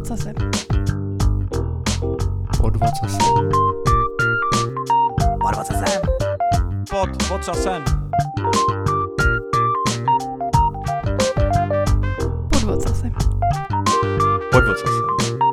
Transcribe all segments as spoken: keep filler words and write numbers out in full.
ocasem. Pod ocasem. Pod ocasem. Pod ocasem. Pod ocasem. Pod ocasem.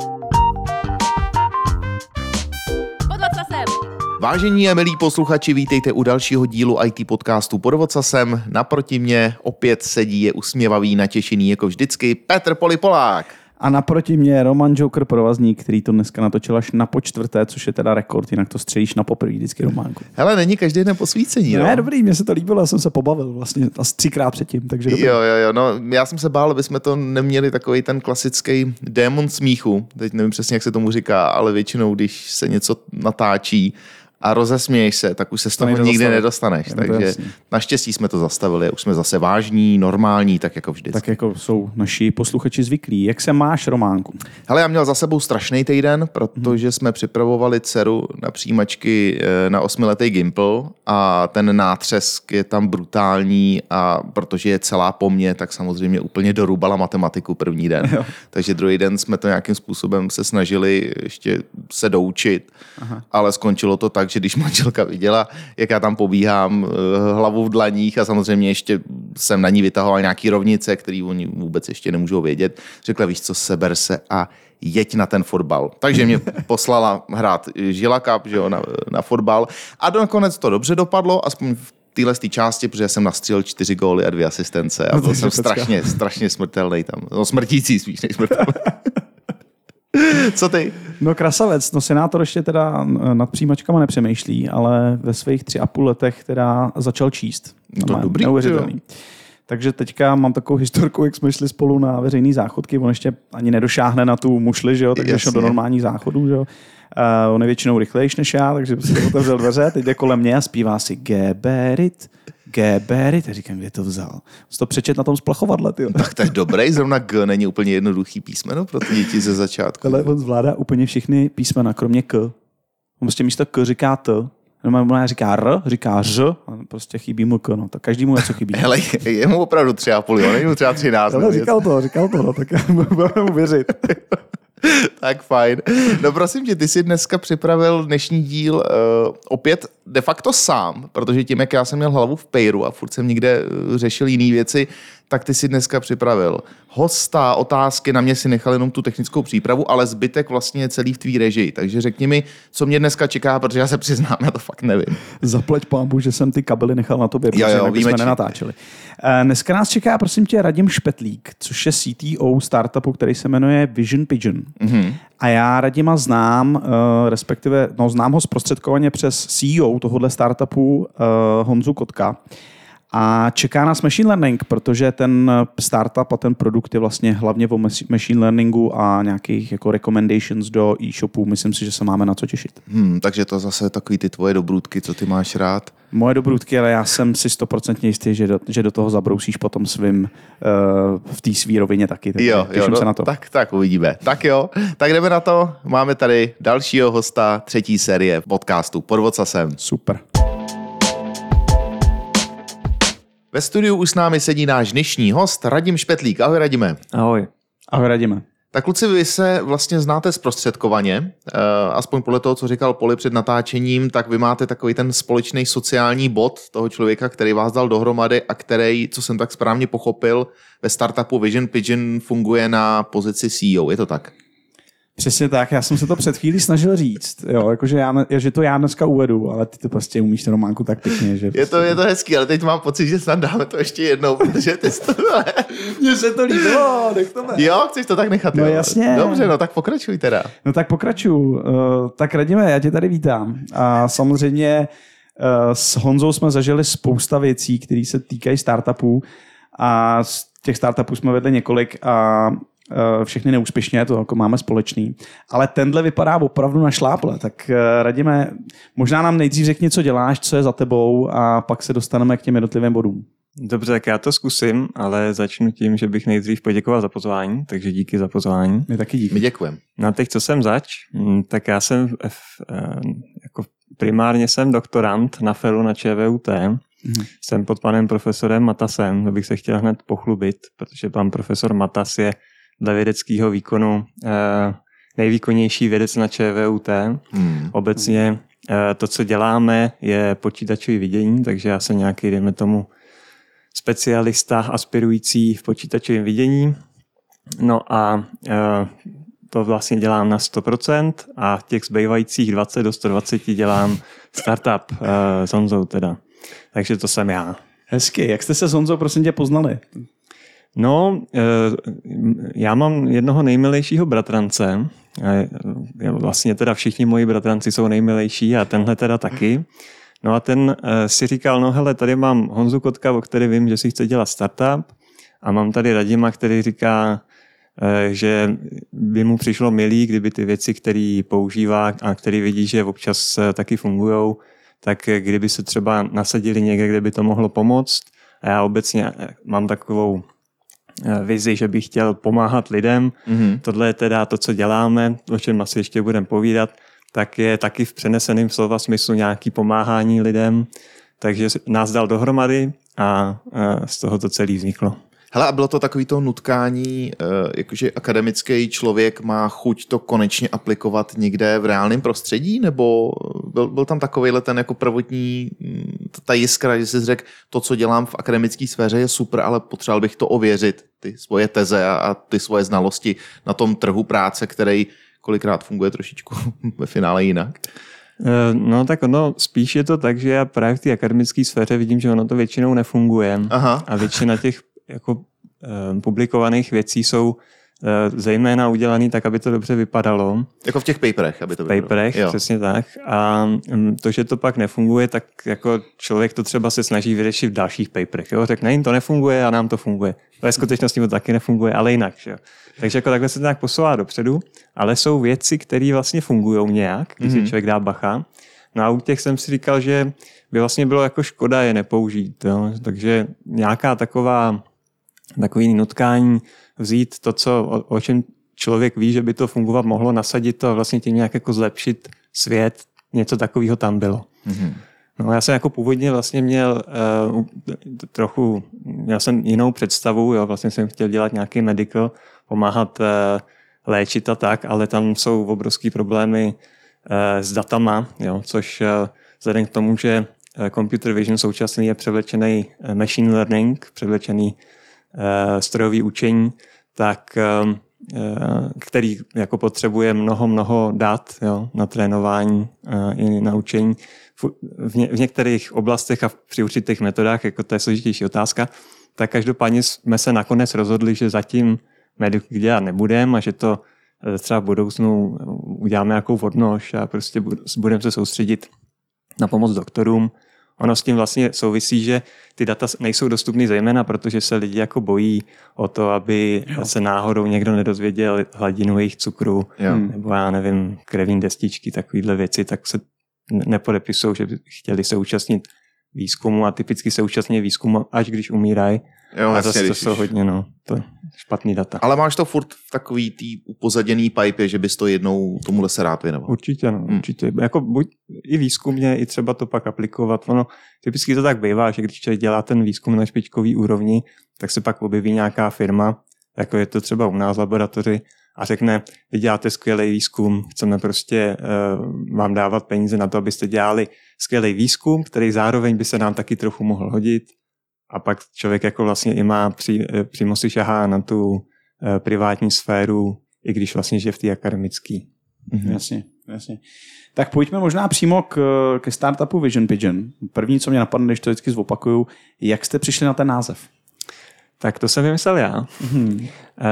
Pod ocasem. Vážení a milí posluchači, vítejte u dalšího dílu í té podcastu Pod ocasem. Naproti mě opět sedí, je usměvavý, natěšený jako vždycky Petr Polipolák. A naproti mě Roman Joker Provazník, který to dneska natočil až na počtvrté, což je teda rekord, jinak to střelíš na poprvé vždycky, Románku. Hele, není každý den posvícení, Ne, no? dobrý, mně se to líbilo, já jsem se pobavil vlastně asi třikrát předtím, takže dobrý. Jo, jo, jo, no já jsem se bál, aby jsme to neměli takový ten klasický démon smíchu, teď nevím přesně, jak se tomu říká, ale většinou, když se něco natáčí a rozesměješ se, tak už se z toho To nikdy zastavit. nedostaneš. Je to Takže jasný. naštěstí jsme to zastavili, už jsme zase vážní, normální, tak jako vždycky. Tak jako jsou naši posluchači zvyklí. Jak se máš, Románku? Hele, já měl za sebou strašný týden, protože jsme připravovali dceru na přijímačky na osmiletý Gimpl a ten nátřesk je tam brutální a protože je celá po mně, tak samozřejmě úplně dorubala matematiku první den. Jo. Takže druhý den jsme to nějakým způsobem se snažili ještě se doučit, Aha. ale skončilo to tak, že když manželka viděla, jak já tam pobíhám hlavu v dlaních a samozřejmě ještě jsem na ní vytahoval nějaký rovnice, který oni vůbec ještě nemůžou vědět, řekla, víš co, seber se a jeď na ten fotbal. Takže mě poslala hrát Žila Cup, že jo, na, na fotbal a nakonec to dobře dopadlo, aspoň v téhle části, protože jsem nastřelil čtyři góly a dvě asistence a No, byl jsem pecka. strašně, strašně smrtelný tam. No smrtící spíš než smrtelný. Co ty? No krasavec, no senátor ještě teda nad přijímačkama nepřemýšlí, ale ve svých tři a půl letech teda začal číst. To Má dobrý, neuvěřitelný. Takže teďka mám takovou historku, jak jsme šli spolu na veřejný záchodky, on ještě ani nedošáhne na tu mušli, že jo, takže šel do normálních záchodů, že jo. Uh, on je většinou rychlejší než já, takže si otevřel dveře, teď jde kolem mě a zpívá si Geberit, Geberit. A říkám, kde to vzal? Jsi to přečet na tom splachovadle, tyjo. Tak to je dobrý, zrovna G není úplně jednoduchý písmeno pro ty děti ze začátku. Ale on zvládá úplně všechny písmena, kromě K. On prostě místo K říká T. Normálně říká R, říká Ř, a prostě chybí mu K, no. Tak každému něco chybí. Hele, je mu opravdu tři a půl, jo, není mu třeba třináct. Ale říkal to, říkal to, no, tak budeme mu věřit. Tak fajn. No prosím tě, ty jsi dneska připravil dnešní díl uh, opět de facto sám, protože tím, jak já jsem měl hlavu v pejru a furt jsem někde uh, řešil jiné věci, tak ty jsi dneska připravil hosta, otázky, na mě si nechal jenom tu technickou přípravu, ale zbytek vlastně je celý v tvý režii. Takže řekni mi, co mě dneska čeká, protože já se přiznám, já to fakt nevím. Zaplať pánbu, že jsem ty kabely nechal na tobě, protože Jo, jo, jinak bychom výjimečně. nenatáčeli. Dneska nás čeká, prosím tě, Radim Špetlík, což je C T O startupu, který se jmenuje Vision Pigeon. Mm-hmm. A já Radima znám, respektive, no znám ho zprostředkovaně přes C E O tohohle startupu Honzu Kotka. A čeká nás machine learning, protože ten startup a ten produkt je vlastně hlavně o machine learningu a nějakých jako recommendations do e-shopů. Myslím si, že se máme na co těšit. Hmm, takže to zase takový ty tvoje dobrůdky, co ty máš rád. Moje dobrůdky, ale já jsem si stoprocentně jistý, že do, že do toho zabrousíš potom svým uh, v té svý rovině taky. Takže Jo, těším jo, no, se na to. Tak, tak uvidíme. Tak jo, tak jdeme na to. Máme tady dalšího hosta třetí série podcastu Pod ocasem. Super. Ve studiu už s námi sedí náš dnešní host Radim Špetlík. Ahoj Radime. Ahoj. Ahoj Radime. Tak kluci, vy se vlastně znáte zprostředkovaně, aspoň podle toho, co říkal Poli před natáčením, tak vy máte takový ten společný sociální bod toho člověka, který vás dal dohromady a který, co jsem tak správně pochopil, ve startupu Vision Pigeon funguje na pozici C E O. Je to tak? Přesně tak, já jsem se to před chvílí snažil říct, jo, jakože já, že to já dneska uvedu, ale ty to prostě umíš ten Románku tak pěkně, že... Je to, je to hezký, ale teď mám pocit, že snad dáme to ještě jednou, protože ty jsi to... Mně se to líbilo, nech to mé. Jo, chceš to tak nechat? No jo? jasně. Dobře, no tak pokračuj teda. No tak pokračuju. Uh, tak Radime, já tě tady vítám. A samozřejmě uh, s Honzou jsme zažili spousta věcí, které se týkají startupů a z těch startupů jsme vedli několik a uh, všechny neúspěšně, to jako máme společný. Ale tenhle vypadá opravdu na šláple. Tak uh, Radime, možná nám nejdřív řekni, co děláš, co je za tebou a pak se dostaneme k těm jednotlivým bodům. Dobře, tak já to zkusím, ale začnu tím, že bych nejdřív poděkoval za pozvání, takže díky za pozvání. My taky díky. My děkujeme. No a teď, co jsem zač, tak já jsem v, jako primárně jsem doktorant na felu na ČVUT. Mm. Jsem pod panem profesorem Matasem, to bych se chtěl hned pochlubit, protože pan profesor Matas je dle vědeckého výkonu nejvýkonnější vědec na ČVUT. Hmm. Obecně to, co děláme, je počítačové vidění, takže já jsem nějaký, dejme tomu, specialista aspirující v počítačovém vidění. No a to vlastně dělám na sto procent a těch zbývajících dvacet do sto dvacet dělám startup s Honzou teda. Takže to jsem já. Hezky. Jak jste se s Honzou, prosím tě, poznali? No, já mám jednoho nejmilejšího bratrance. Vlastně teda všichni moji bratranci jsou nejmilejší a tenhle teda taky. No a ten si říkal, no hele, tady mám Honzu Kotka, o který vím, že si chce dělat startup a mám tady Radima, který říká, že by mu přišlo milý, kdyby ty věci, které používá a které vidí, že občas taky fungujou, tak kdyby se třeba nasadili někde, kde by to mohlo pomoct. A já obecně mám takovou vizi, že bych chtěl pomáhat lidem. Mm-hmm. Tohle je teda to, co děláme, o čem asi ještě budeme povídat, tak je taky v přeneseném slova smyslu nějaký pomáhání lidem. Takže nás dal dohromady a z toho to celé vzniklo. Hele, a bylo to takový to nutkání, jakože akademický člověk má chuť to konečně aplikovat někde v reálném prostředí, nebo byl, byl tam takovejhle ten jako prvotní, ta jiskra, že jsi řekl, to, co dělám v akademické sféře je super, ale potřeboval bych to ověřit, ty svoje teze a, a ty svoje znalosti na tom trhu práce, který kolikrát funguje trošičku ve finále jinak? No tak ono, spíš je to tak, že já právě v té akademické sféře vidím, že ono to většinou nefunguje. Aha. A většina těch jako eh, publikovaných věcí jsou eh, zejména udělané tak, aby to dobře vypadalo. Jako v těch paperech, aby to vypadalo. V paperech, jo. Přesně tak. A mm, to, že to pak nefunguje, tak jako člověk to třeba se snaží vyřešit v dalších paperech. Jo? Řekne, jim to nefunguje a nám to funguje. Ve skutečnosti to taky nefunguje, ale jinak. Že? Takže jako takhle se to nějak posouvá dopředu, ale jsou věci, které vlastně fungují nějak, když mm-hmm. si člověk dá bacha. No a u těch jsem si říkal, že by vlastně bylo jako škoda je nepoužít. Jo? Takže nějaká taková takový nutkání vzít to, co, o, o čem člověk ví, že by to fungovat mohlo, nasadit to a vlastně tím nějak jako zlepšit svět, něco takového tam bylo. Mm-hmm. No já jsem jako původně vlastně měl uh, trochu, měl jsem jinou představu, jo, vlastně jsem chtěl dělat nějaký medical, pomáhat uh, léčit a tak, ale tam jsou obrovský problémy uh, s datama, jo, což uh, vzhledem k tomu, že uh, computer vision současný je převlečený uh, machine learning, převlečený uh, strojový učení, tak uh, který jako potřebuje mnoho, mnoho dat, jo, na trénování uh, i na učení. V, ně, v některých oblastech a při určitých metodách, jako to je složitější otázka, tak každopádně jsme se nakonec rozhodli, že zatím mediku dělat nebudeme a že to třeba v budoucnu uděláme nějakou odnož a prostě budeme se soustředit na pomoc doktorům. Ono s tím vlastně souvisí, že ty data nejsou dostupné zejména, protože se lidi jako bojí o to, aby jo. se náhodou někdo nedozvěděl hladinu jejich cukru, jo. nebo já nevím, krevní destičky, takovýhle věci, tak se nepodepisují, že by chtěli se účastnit výzkumu a typicky se účastní výzkumu, až když umírají. Jo, a zase to jsou hodně no, to špatný data. Ale máš to furt v takový tý upozaděný pipe, že bys to jednou tomuhle se rád věnoval. Určitě, no, hmm. určitě. Jako buď i výzkumně, i třeba to pak aplikovat. Ono, typicky to tak bývá, že když člověk dělá ten výzkum na špičkový úrovni, tak se pak objeví nějaká firma, jako je to třeba u nás v laboratoři, a řekne, vy děláte skvělý výzkum, chceme prostě uh, vám dávat peníze na to, abyste dělali skvělý výzkum, který zároveň by se nám taky trochu mohl hodit. A pak člověk jako vlastně i má při, přímo si šahá na tu uh, privátní sféru, i když vlastně je v té akademické. Mhm. Jasně, jasně. Tak pojďme možná přímo k, ke startupu Vision Pigeon. První, co mě napadne, když to vždycky zopakuju, jak jste přišli na ten název? Tak to jsem vymyslel já. Mm-hmm.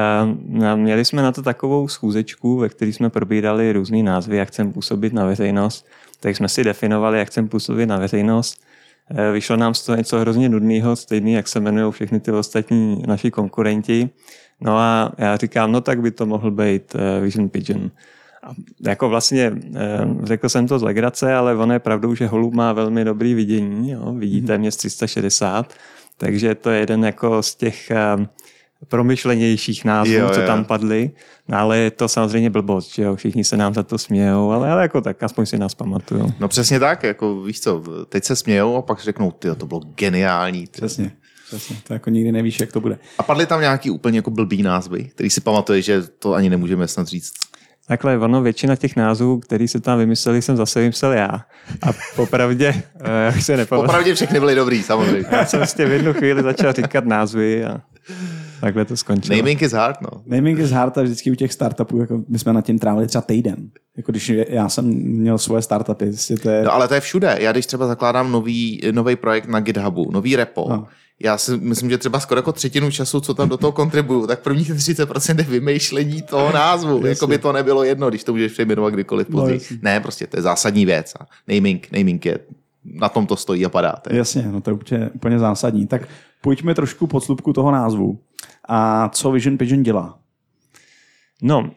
Uh, měli jsme na to takovou schůzečku, ve které jsme probírali různý názvy, jak chceme působit na veřejnost. Tak jsme si definovali, jak chceme působit na veřejnost. Uh, vyšlo nám z toho něco hrozně nudného, stejný, jak se jmenují všechny ty ostatní naši konkurenti. No a já říkám, no tak by to mohl být uh, Vision Pigeon. A jako vlastně uh, řekl jsem to z legrace, ale ono je pravdou, že holub má velmi dobrý vidění. Jo? Vidí téměř tři sta šedesát. Takže to je jeden jako z těch um, promyšlenějších názvů, jo, co jo. tam padly. No, ale je to samozřejmě blbost, že jo? Všichni se nám za to smějou, ale, ale jako tak, aspoň si nás pamatujou. No přesně tak, jako víš co, teď se smějou a pak řeknou, tyjo, to bylo geniální. Přesně. Přesně, to jako nikdy nevíš, jak to bude. A padly tam nějaký úplně jako blbý názvy, který si pamatuje, že to ani nemůžeme snad říct. Takhle, ono, většina těch názvů, který se tam vymysleli, jsem zase vymyslel já. A popravdě, jak se nepamatuju. Popravdě všechny byly dobrý, samozřejmě. Já jsem vlastně v jednu chvíli začal říkat názvy a takhle to skončilo. Naming is hard, no. Naming is hard a vždycky u těch startupů, jako my jsme nad tím trávili třeba týden. Jako když já jsem měl svoje startupy. To je... No ale to je všude. Já když třeba zakládám nový, nový projekt na GitHubu, nový repo, no. Já si myslím, že třeba skoro jako třetinu času, co tam do toho kontribuju, tak prvních třicet procent je vymýšlení toho názvu. Jako by to nebylo jedno, když to můžeš přejmenovat kdykoliv později. No, ne, prostě to je zásadní věc. A naming, naming je, na tom to stojí a padá. To je. Jasně, no to je úplně, úplně zásadní. Tak pojďme trošku pod slupku toho názvu. A co Vision Pigeon dělá? No,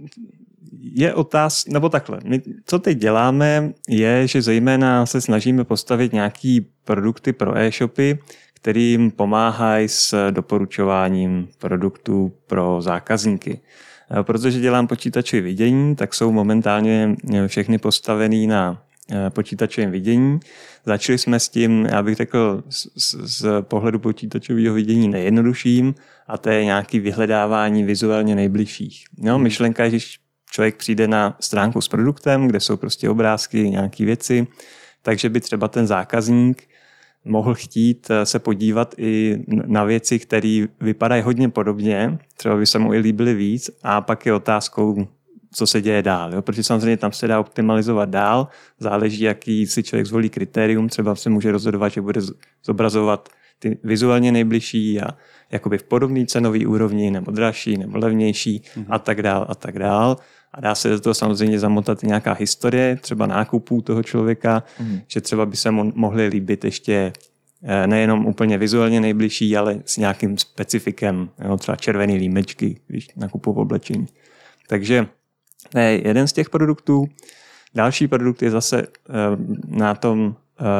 je otázka, nebo takhle. My, co teď děláme, je, že zejména se snažíme postavit nějaký produkty pro e-shopy, kterým pomáhají s doporučováním produktů pro zákazníky. Protože dělám počítačové vidění, tak jsou momentálně všechny postavený na počítačovém vidění. Začali jsme s tím, já bych řekl, z, z pohledu počítačového vidění nejjednodušším, a to je nějaké vyhledávání vizuálně nejbližších. No, myšlenka je, že člověk přijde na stránku s produktem, kde jsou prostě obrázky, nějaké věci, takže by třeba ten zákazník mohl chtít se podívat i na věci, které vypadají hodně podobně, třeba by se mu i líbily víc, a pak je otázkou, co se děje dál. Jo? Protože samozřejmě tam se dá optimalizovat dál, záleží, jaký si člověk zvolí kritérium, třeba se může rozhodovat, že bude zobrazovat ty vizuálně nejbližší a jakoby v podobné cenové úrovni, nebo dražší, nebo levnější mm-hmm. a tak dál a tak dál. A dá se do toho samozřejmě zamotat nějaká historie, třeba nákupů toho člověka, mm. že třeba by se mu mohly líbit ještě nejenom úplně vizuálně nejbližší, ale s nějakým specifikem, jo, třeba červený límečky, když nakupují oblečení. Takže to je jeden z těch produktů. Další produkt je zase na tom,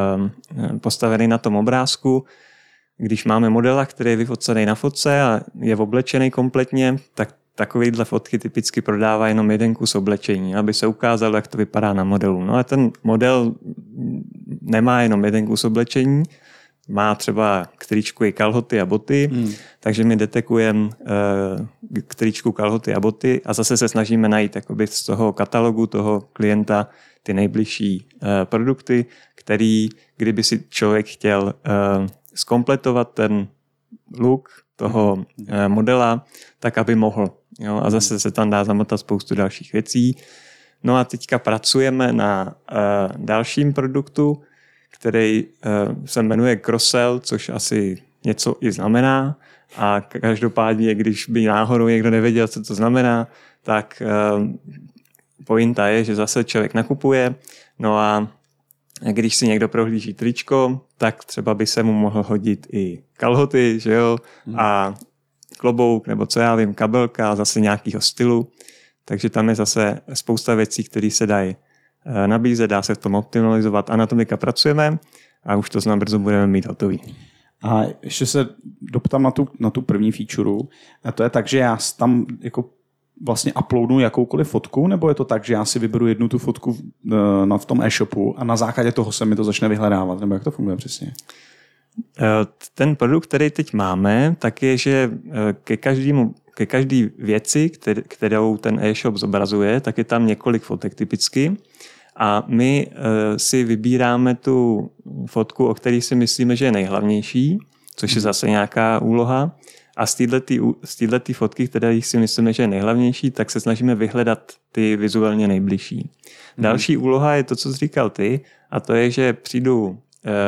postavený na tom obrázku. Když máme modela, který je vyfocený na fotce a je oblečený kompletně, tak takovýhle fotky typicky prodává jenom jeden kus oblečení, aby se ukázalo, jak to vypadá na modelu. No a ten model nemá jenom jeden kus oblečení, má třeba k tričku i kalhoty a boty, hmm. takže my detekujeme uh, k tričku kalhoty a boty a zase se snažíme najít jakoby z toho katalogu toho klienta ty nejbližší uh, produkty, který, kdyby si člověk chtěl uh, zkompletovat ten look toho uh, modela, tak aby mohl. Jo? A zase se tam dá zamotat spoustu dalších věcí. No a teďka pracujeme na uh, dalším produktu, který uh, se jmenuje Cross-sell, což asi něco i znamená. A každopádně, když by náhodou někdo nevěděl, co to znamená, tak uh, pointa je, že zase člověk nakupuje, no a když si někdo prohlíží tričko, tak třeba by se mu mohl hodit i kalhoty, že jo, a klobouk, nebo co já vím, kabelka, zase nějakého stylu. Takže tam je zase spousta věcí, které se dají nabízet, dá se v tom optimalizovat a na tom teďka pracujeme a už to znamená, brzo budeme mít hotový. A ještě se doptám na tu, na tu první feature. A to je tak, že já tam jako vlastně uploadnu jakoukoliv fotku, nebo je to tak, že já si vyberu jednu tu fotku v tom e-shopu a na základě toho se mi to začne vyhledávat, nebo jak to funguje přesně? Ten produkt, který teď máme, tak je, že ke každému ke každé věci, kterou ten e-shop zobrazuje, tak je tam několik fotek typicky a my si vybíráme tu fotku, o které si myslíme, že je nejhlavnější, což je zase nějaká úloha, a z této fotky, které si myslíme, že je nejhlavnější, tak se snažíme vyhledat ty vizuálně nejbližší. Mm. Další úloha je to, co jsi říkal ty, a to je, že přijdu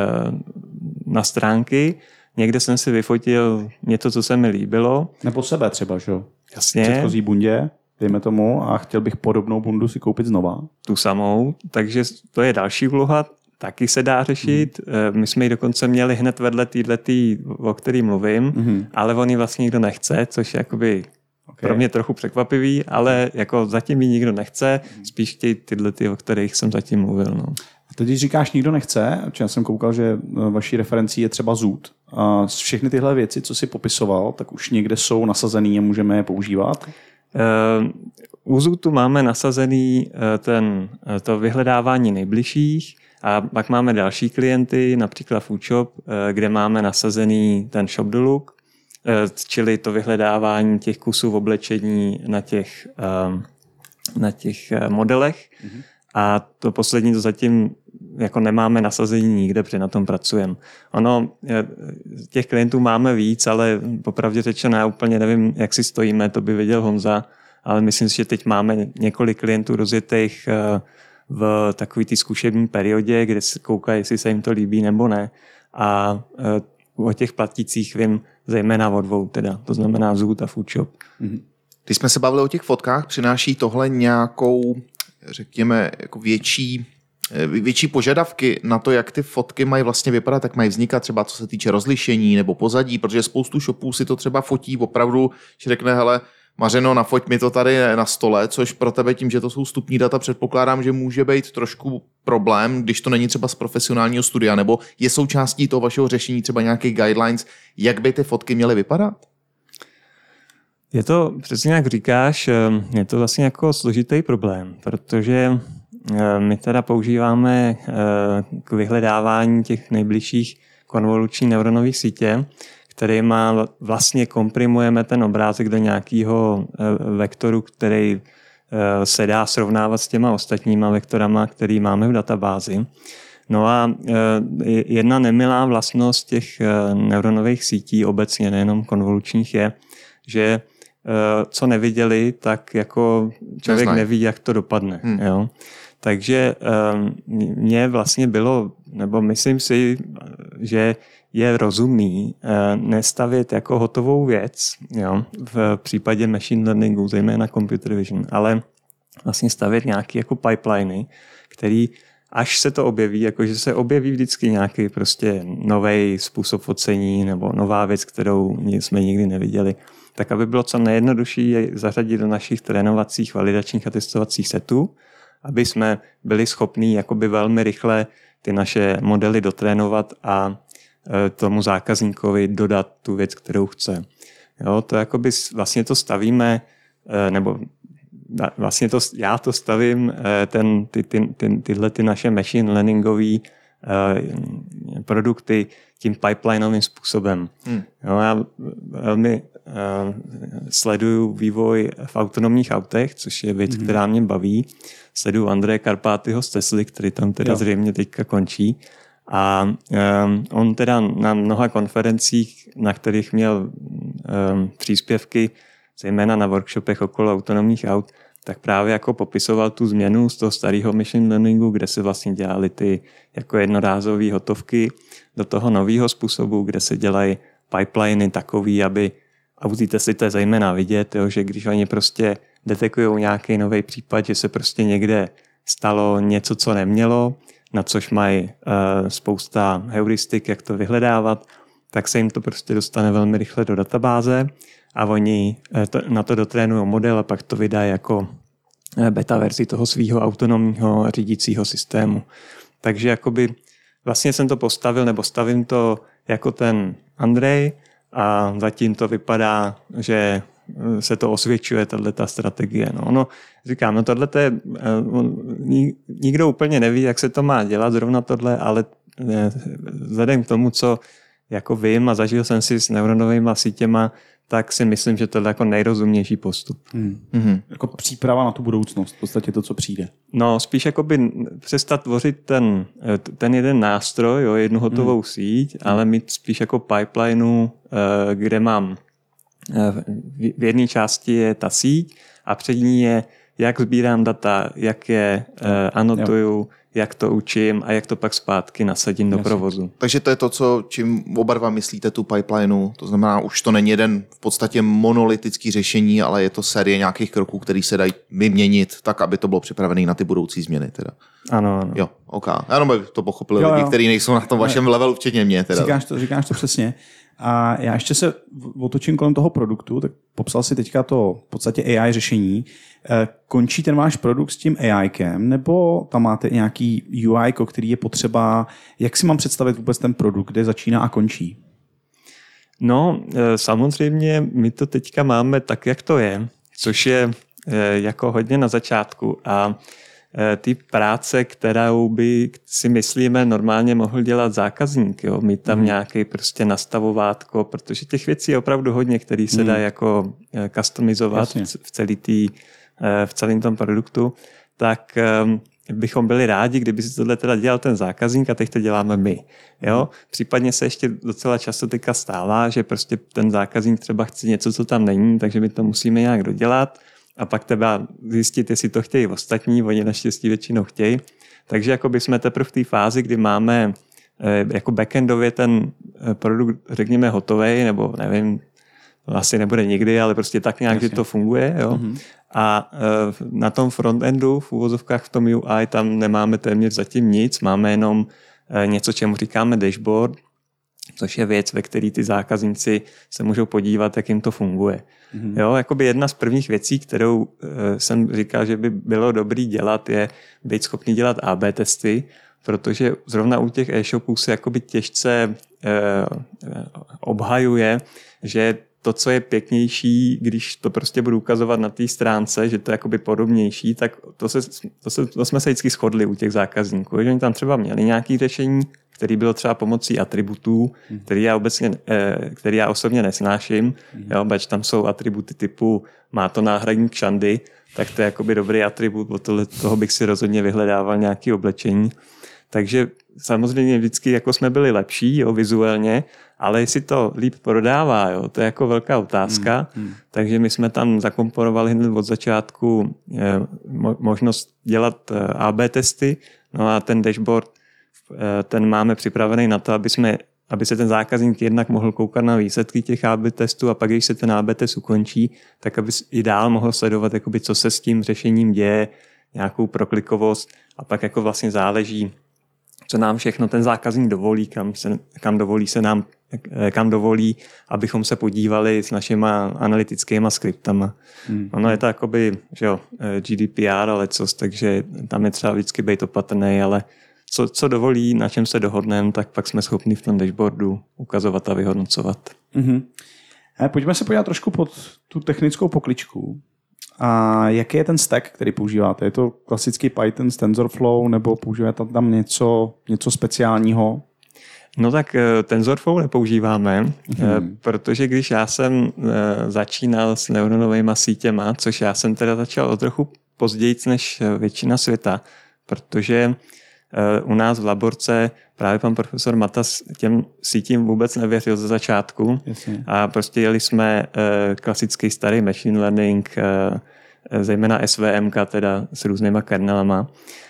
na stránky, někde jsem si vyfotil něco, co se mi líbilo. Nebo sebe třeba, že jo? Jasně. Předchozí bundě, dejme tomu, a chtěl bych podobnou bundu si koupit znova. Tu samou, takže to je další úloha, taky se dá řešit. Hmm. My jsme ji dokonce měli hned vedle týhletý, o který mluvím, hmm. ale on ji vlastně nikdo nechce, což je jakoby okay. pro mě trochu překvapivý, ale jako zatím ji nikdo nechce, spíš chtějí tyhle ty, o kterých jsem zatím mluvil. No. A teď, když říkáš nikdo nechce, já jsem koukal, že vaší referencí je třeba Zoot. A všechny tyhle věci, co jsi popisoval, tak už někde jsou nasazený a můžeme je používat? U Zootu máme nasazený ten, to vyhledávání nejbližších a pak máme další klienty, například Foodshop, kde máme nasazený ten shop the look, čili to vyhledávání těch kusů v oblečení na těch, na těch modelech. Mm-hmm. A to poslední to zatím jako nemáme nasazení nikde, protože na tom pracujeme. Ono, těch klientů máme víc, ale popravdě řečeno, já úplně nevím, jak si stojíme, to by věděl Honza, ale myslím si, že teď máme několik klientů rozjetých v takové té zkušební periodě, kde se koukají, jestli se jim to líbí nebo ne. A o těch platících vím zejména o dvou, teda. To znamená Zoot a Foodshop. Když jsme se bavili o těch fotkách, přináší tohle nějakou, řekněme, jako větší, větší požadavky na to, jak ty fotky mají vlastně vypadat, tak mají vznikat třeba co se týče rozlišení nebo pozadí, protože spoustu shopů si to třeba fotí opravdu, že řekne, hele, Mařeno, nafoť mi to tady na stole, což pro tebe tím, že to jsou vstupní data, předpokládám, že může být trošku problém, když to není třeba z profesionálního studia, nebo je součástí toho vašeho řešení třeba nějakých guidelines, jak by ty fotky měly vypadat? Je to, přesně jak říkáš, je to vlastně jako složitý problém, protože my teda používáme k vyhledávání těch nejbližších konvoluční neuronových sítě, kterýma vlastně komprimujeme ten obrázek do nějakého vektoru, který se dá srovnávat s těma ostatníma vektorama, který máme v databázi. No a jedna nemilá vlastnost těch neuronových sítí obecně, nejenom konvolučních, je, že co neviděli, tak jako člověk Neznaj. neví, jak to dopadne. Hmm. Jo? Takže mně vlastně bylo, nebo myslím si, že je rozumný nestavět jako hotovou věc, jo, v případě machine learningu, zejména computer vision, ale vlastně stavět nějaké jako pipeliny, který až se to objeví, jakože se objeví vždycky nějaký prostě nový způsob focení nebo nová věc, kterou jsme nikdy neviděli, tak aby bylo co nejjednodušší je zařadit do našich trénovacích, validačních a testovacích setů, aby jsme byli schopní jakoby velmi rychle ty naše modely dotrénovat a tomu zákazníkovi dodat tu věc, kterou chce. Jo, to jakoby vlastně to stavíme, nebo vlastně to, já to stavím, ten, ty, ty, ty, tyhle ty naše machine learningové produkty tím pipelinovým způsobem. Hmm. Jo, já velmi uh, sleduju vývoj v autonomních autech, což je věc, hmm. která mě baví. Sleduju Andreje Karpátyho z Tesly, který tam teda jo. zřejmě teďka končí. A um, on teda na mnoha konferencích, na kterých měl um, příspěvky, zejména na workshopech okolo autonomních aut, tak právě jako popisoval tu změnu z toho starého machine learningu, kde se vlastně dělaly ty jako jednorázové hotovky, do toho nového způsobu, kde se dělají pipeliny takový, aby, a u té Tesly to je zejména vidět, jo, že když oni prostě detekují nějaký nový případ, že se prostě někde stalo něco, co nemělo, na což mají uh, spousta heuristik, jak to vyhledávat, tak se jim to prostě dostane velmi rychle do databáze a oni uh, to, na to dotrénují model a pak to vydají jako beta verzi toho svého autonomního řídícího systému. Takže jakoby vlastně jsem to postavil, nebo stavím to jako ten Andrej a zatím to vypadá, že se to osvědčuje, tato strategie. No, ono, říkám, no tohle je, nikdo úplně neví, jak se to má dělat, zrovna tohle, ale vzhledem k tomu, co jako vím a zažil jsem si s neuronovými sítěma, tak si myslím, že to je jako nejrozumnější postup. Hmm. Mm-hmm. Jako příprava na tu budoucnost, v podstatě to, co přijde. No, spíš jakoby přestat tvořit ten, ten jeden nástroj, jo, jednu hotovou hmm. síť, ale mít spíš jako pipelineu, kde mám v jedné části je ta síť a před ní je, jak sbírám data, jak je anotuju, jo. jak to učím a jak to pak zpátky nasadím do Jasně. provozu. Takže to je to, co, čím oba dva myslíte tu pipelineu. To znamená, už to není jeden v podstatě monolitický řešení, ale je to série nějakých kroků, které se dají vyměnit tak, aby to bylo připravené na ty budoucí změny. Teda. Ano, ano. Jo, ok. Já jenom to pochopili jo, lidi, kteří nejsou na tom vašem levelu, včetně mě. Teda. Říkáš to, říkáš to přesně. A já ještě se otočím kolem toho produktu, tak popsal si teďka to v podstatě A I řešení. Končí ten váš produkt s tím AIkem, nebo tam máte nějaký U I, který je potřeba, jak si mám představit vůbec ten produkt, kde začíná a končí? No, samozřejmě my to teďka máme tak, jak to je, což je jako hodně na začátku a ty práce, kterou by si myslíme normálně mohl dělat zákazník, jo? Mít tam hmm. nějaký prostě nastavovátko, protože těch věcí je opravdu hodně, který se hmm. dá jako customizovat Jasně. v celý tý, v celém tom produktu, tak bychom byli rádi, kdyby si tohle teda dělal ten zákazník a teď to děláme my. Jo? Případně se ještě docela často teďka stává, že prostě ten zákazník třeba chce něco, co tam není, takže my to musíme nějak dodělat a pak teda zjistit, jestli to chtějí ostatní, oni naštěstí většinou chtějí. Takže jako by jsme teprve v té fázi, kdy máme jako backendově ten produkt, řekněme, hotovej, nebo nevím, asi nebude nikdy, ale prostě tak nějak, Jasně. že to funguje. Jo? Mm-hmm. A na tom frontendu, v úvozovkách v tom U I, tam nemáme téměř zatím nic, máme jenom něco, čemu říkáme dashboard, což je věc, ve které ty zákazníci se můžou podívat, jak jim to funguje. Mm-hmm. Jo, jakoby jedna z prvních věcí, kterou jsem říkal, že by bylo dobrý dělat, je být schopný dělat A B testy, protože zrovna u těch e-shopů se jakoby těžce eh, obhajuje, že to, co je pěknější, když to prostě budu ukazovat na té stránce, že to je jakoby podobnější, tak to, se, to, se, to jsme se vždycky shodli u těch zákazníků, že oni tam třeba měli nějaké řešení, které bylo třeba pomocí atributů, mm. který, já obecně, který já osobně nesnáším, mm. jo, bač tam jsou atributy typu má to náhradník šandy, tak to je jakoby dobrý atribut, od tohle, toho bych si rozhodně vyhledával nějaké oblečení. Takže samozřejmě vždycky jako jsme byli lepší, jo, vizuálně, ale jestli to líp prodává, jo, to je jako velká otázka. Mm, mm. Takže my jsme tam zakomponovali hned od začátku eh, možnost dělat eh, A B testy, no a ten dashboard, eh, ten máme připravený na to, aby, jsme, aby se ten zákazník jednak mohl koukat na výsledky těch A B testů a pak, když se ten A B test ukončí, tak aby i dál mohl sledovat, jakoby, co se s tím řešením děje, nějakou proklikovost a pak jako vlastně záleží, co nám všechno ten zákazník dovolí, kam, se, kam dovolí se nám, kam dovolí, abychom se podívali s našima analytickými skriptama. Hmm. Ono je to jakoby, že jo, G D P R, ale co, takže tam je třeba vždycky být opatrný, ale co, co dovolí, na čem se dohodneme, tak pak jsme schopni v tom dashboardu ukazovat a vyhodnocovat. Mm-hmm. Pojďme se podívat trošku pod tu technickou pokličku. A jaký je ten stack, který používáte? Je to klasický Python s TensorFlow nebo používáte tam něco, něco speciálního? No tak TensorFlow nepoužíváme, hmm. protože když já jsem začínal s neuronovými sítěma, což já jsem teda začal o trochu později než většina světa, protože u nás v laborce právě pan profesor Matas těm sítím vůbec nevěřil ze začátku. Jasně. A prostě jeli jsme klasický starý machine learning, zejména S V M K teda s různýma kernelama.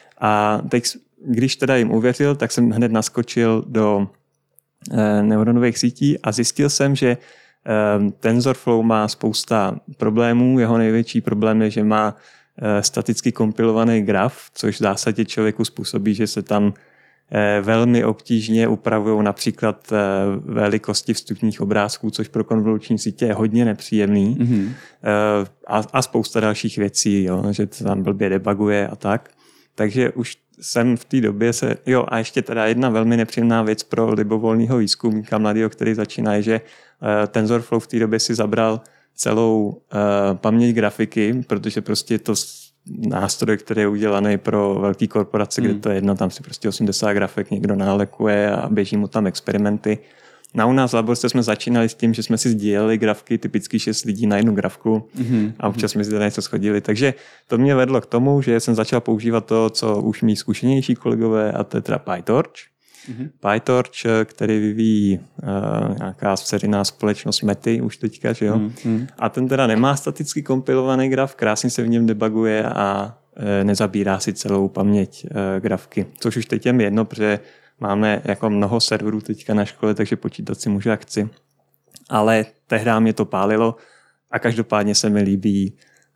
A teď, když teda jim uvěřil, tak jsem hned naskočil do neuronových sítí a zjistil jsem, že TensorFlow má spousta problémů. Jeho největší problém je, že má staticky kompilovaný graf, což v zásadě člověku způsobí, že se tam velmi obtížně upravují například velikosti vstupních obrázků, což pro konvoluční sítě je hodně nepříjemný. Mm-hmm. A, a spousta dalších věcí, jo, že to tam blbě debuguje a tak. Takže už jsem v té době se... Jo, a ještě teda jedna velmi nepříjemná věc pro libovolného výzkumníka mladého, který začíná, je, že TensorFlow v té době si zabral celou uh, paměť grafiky, protože prostě je to nástroj, který je udělaný pro velké korporace, hmm. kde to je jedno, tam si prostě osmdesát grafik někdo nálekuje a běží mu tam experimenty. Na u nás v laborce jsme začínali s tím, že jsme si sdíleli grafky, typicky šest lidí na jednu grafku hmm. a občas jsme si tady něco schodili. Takže to mě vedlo k tomu, že jsem začal používat to, co už mý zkušenější kolegové, a to je teda PyTorch. Mm-hmm. PyTorch, který vyvíjí uh, nějaká dceřiná společnost Mety už teďka, že jo? Mm-hmm. A ten teda nemá staticky kompilovaný graf, krásně se v něm debuguje a uh, nezabírá si celou paměť uh, grafky. Což už teď je mi jedno, protože máme jako mnoho serverů teďka na škole, takže počítat si můžu akci. Ale tehdy mě to pálilo a každopádně se mi líbí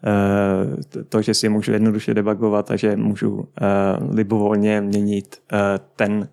uh, to, že si můžu jednoduše debugovat a že můžu uh, libovolně měnit uh, ten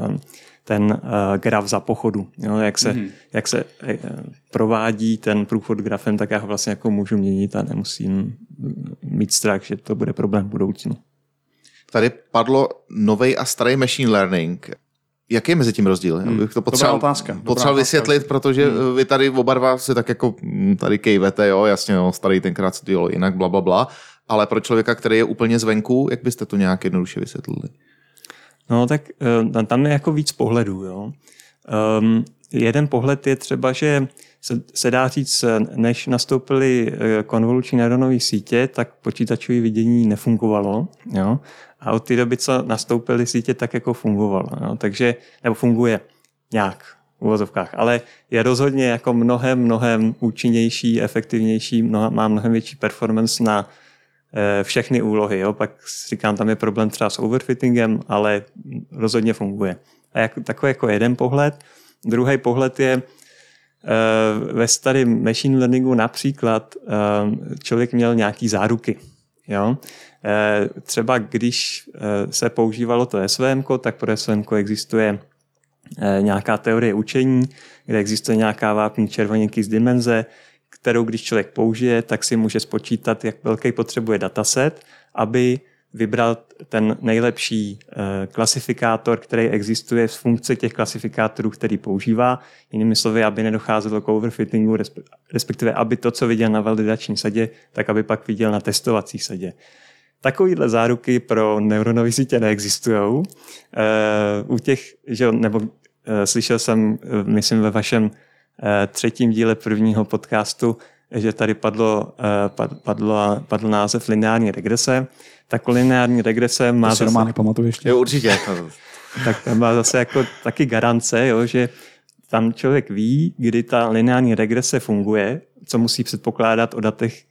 ten uh, graf za pochodu. Jo? Jak se, mm-hmm. jak se uh, provádí ten průchod grafem, tak já ho vlastně jako můžu měnit a nemusím mít strach, že to bude problém v budoucnu. Tady padlo novej a starý machine learning. jaký je mezi tím rozdíl? Hmm. Bych to potřeboval, otázka. potřeboval vysvětlit, protože hmm. vy tady oba dva si tak jako tady kejvete, jo, jasně, jo, starý tenkrát se to dělo jinak, bla, bla, bla, ale pro člověka, který je úplně zvenku, jak byste to nějak jednoduše vysvětlili? No tak tam je jako víc pohledů, jo. Um, jeden pohled je třeba, že se, se dá říct, než nastoupily konvoluční neuronové sítě, tak počítačové vidění nefungovalo. Jo? A od té doby, co nastoupily sítě, tak jako fungovalo. Jo? Takže, nebo funguje nějak v uvozovkách, ale je rozhodně jako mnohem, mnohem účinnější, efektivnější, mnoha, má mnohem větší performance na e, všechny úlohy. Jo? Pak říkám, tam je problém třeba s overfittingem, ale rozhodně funguje. A jak, takový jako jeden pohled. Druhý pohled je, ve starém machine learningu například člověk měl nějaký záruky. Jo? Třeba když se používalo to S V M, tak pro S V M existuje nějaká teorie učení, kde existuje nějaká vápní červeněnky z dimenze, kterou když člověk použije, tak si může spočítat, jak velký potřebuje dataset, aby vybral ten nejlepší klasifikátor, který existuje z funkce těch klasifikátorů, který používá. Jinými slovy, aby nedocházelo k overfittingu, respektive aby to, co viděl na validační sadě, tak aby pak viděl na testovací sadě. Takovýhle záruky pro neuronové sítě neexistují. U těch, že, nebo slyšel jsem, myslím, ve vašem třetím díle prvního podcastu, že tady padlo, padlo, padl název lineární regrese. Tak lineární regrese má to si zase... nepamatuji ještě. Jo, určitě. Tak má zase jako taky garance, jo, že tam člověk ví, kdy ta lineární regrese funguje, co musí předpokládat o datech,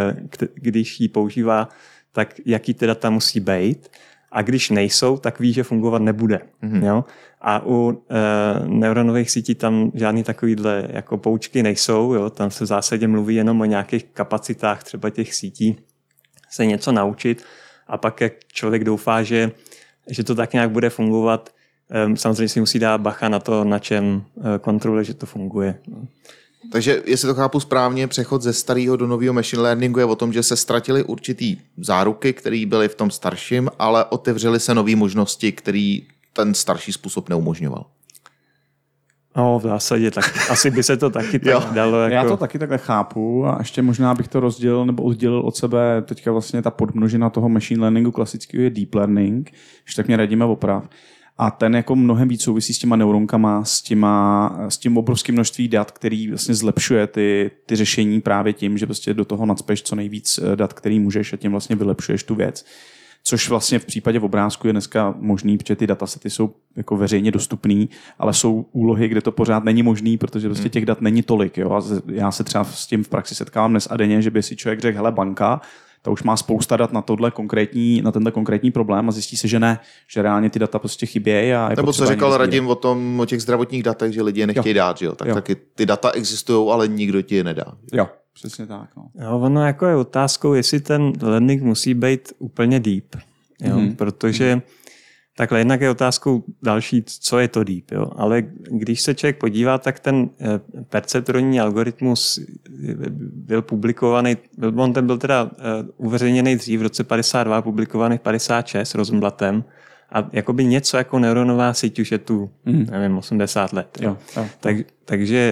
když ji používá, tak jaký ty data musí být. A když nejsou, tak ví, že fungovat nebude. Mm-hmm. Jo? A u e, neuronových sítí tam žádný takovýhle jako poučky nejsou. Jo? Tam se v zásadě mluví jenom o nějakých kapacitách třeba těch sítí se něco naučit. A pak, jak člověk doufá, že, že to tak nějak bude fungovat, e, samozřejmě si musí dát bacha na to, na čem e, kontroluje, že to funguje. Takže, jestli to chápu správně, přechod ze starého do nového machine learningu je o tom, že se ztratily určitý záruky, které byly v tom starším, ale otevřely se nové možnosti, které ten starší způsob neumožňoval. No, v zásadě tak. Asi by se to taky tak dalo. Jako... Já to taky takhle chápu a ještě možná bych to rozdělil nebo oddělil od sebe. Teďka vlastně ta podmnožina toho machine learningu klasického je deep learning, když tak mě radíme oprav. A ten jako mnohem víc souvisí s těma neuronkama, s, těma, s tím obrovským množství dat, který vlastně zlepšuje ty, ty řešení právě tím, že prostě do toho nacpeš co nejvíc dat, který můžeš a tím vlastně vylepšuješ tu věc. Což vlastně v případě obrázku je dneska možný, protože ty datasety jsou jako veřejně dostupný, ale jsou úlohy, kde to pořád není možný, protože prostě těch dat není tolik. Jo? A já se třeba s tím v praxi setkávám dnes a denně, že by si člověk řekl, hele, banka, ta už má spousta dat na tohle konkrétní, na tenhle konkrétní problém a zjistí se, že ne, že reálně ty data prostě chybějí. A nebo co říkal Radim o tom, o těch zdravotních datech, že lidi je nechtějí jo. dát, že jo? Tak jo. Taky ty data existují, ale nikdo ti je nedá. Jo, přesně tak. No. Jo, ono jako je otázkou, jestli ten learning musí být úplně deep, jo? Mm-hmm. Protože takhle jednak je otázkou další, co je to deep, jo? Ale když se člověk podívá, tak ten perceptronní algoritmus byl publikovaný, on ten byl teda uveřejněný dřív v roce padesát dva, publikovaný v padesát šest Rosenblattem a jakoby něco jako neuronová síť už je tu, mm. nevím, osmdesát let. Jo? Jo, jo. Tak, takže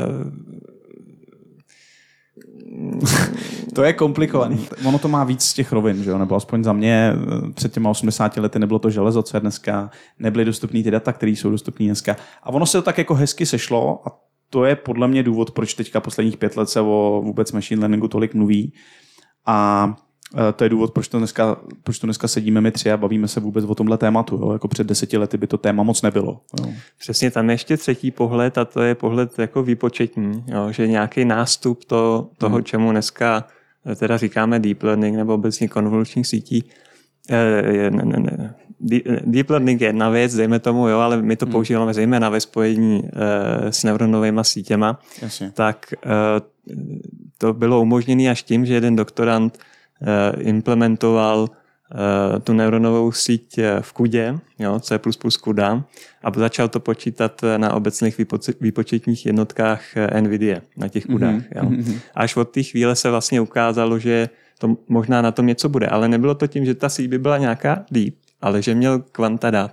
to je komplikovaný. Ono to má víc z těch rovin, že jo? Nebo aspoň za mě před těma osmdesáti lety nebylo to železo, co je dneska, nebyly dostupný ty data, které jsou dostupné dneska. A ono se to tak jako hezky sešlo a to je podle mě důvod, proč teďka posledních pět let se o vůbec machine learningu tolik mluví. A to je důvod, proč to dneska, proč to dneska sedíme my tři a bavíme se vůbec o tomhle tématu. Jo? Jako před deseti lety by to téma moc nebylo. Jo? Přesně, tam je ještě třetí pohled a to je pohled jako výpočetní. Jo? Že nějaký nástup to, toho, hmm. čemu dneska teda říkáme deep learning nebo obecně konvoluční sítí. Ne, ne, ne. Deep learning je jedna věc, dejme tomu, jo, ale my to hmm. používáme zejména ve spojení uh, s neuronovými sítěma. Jasně. Tak uh, to bylo umožněné až tím, že jeden doktorant uh, implementoval uh, tu neuronovou síť v kudě, jo, C plus plus kuda, a začal to počítat na obecných výpočet, výpočetních jednotkách NVIDIA, na těch kudách. Mm-hmm. Jo. Mm-hmm. Až od té chvíle se vlastně ukázalo, že to možná na tom něco bude, ale nebylo to tím, že ta síť by byla nějaká deep, ale že měl kvanta dat.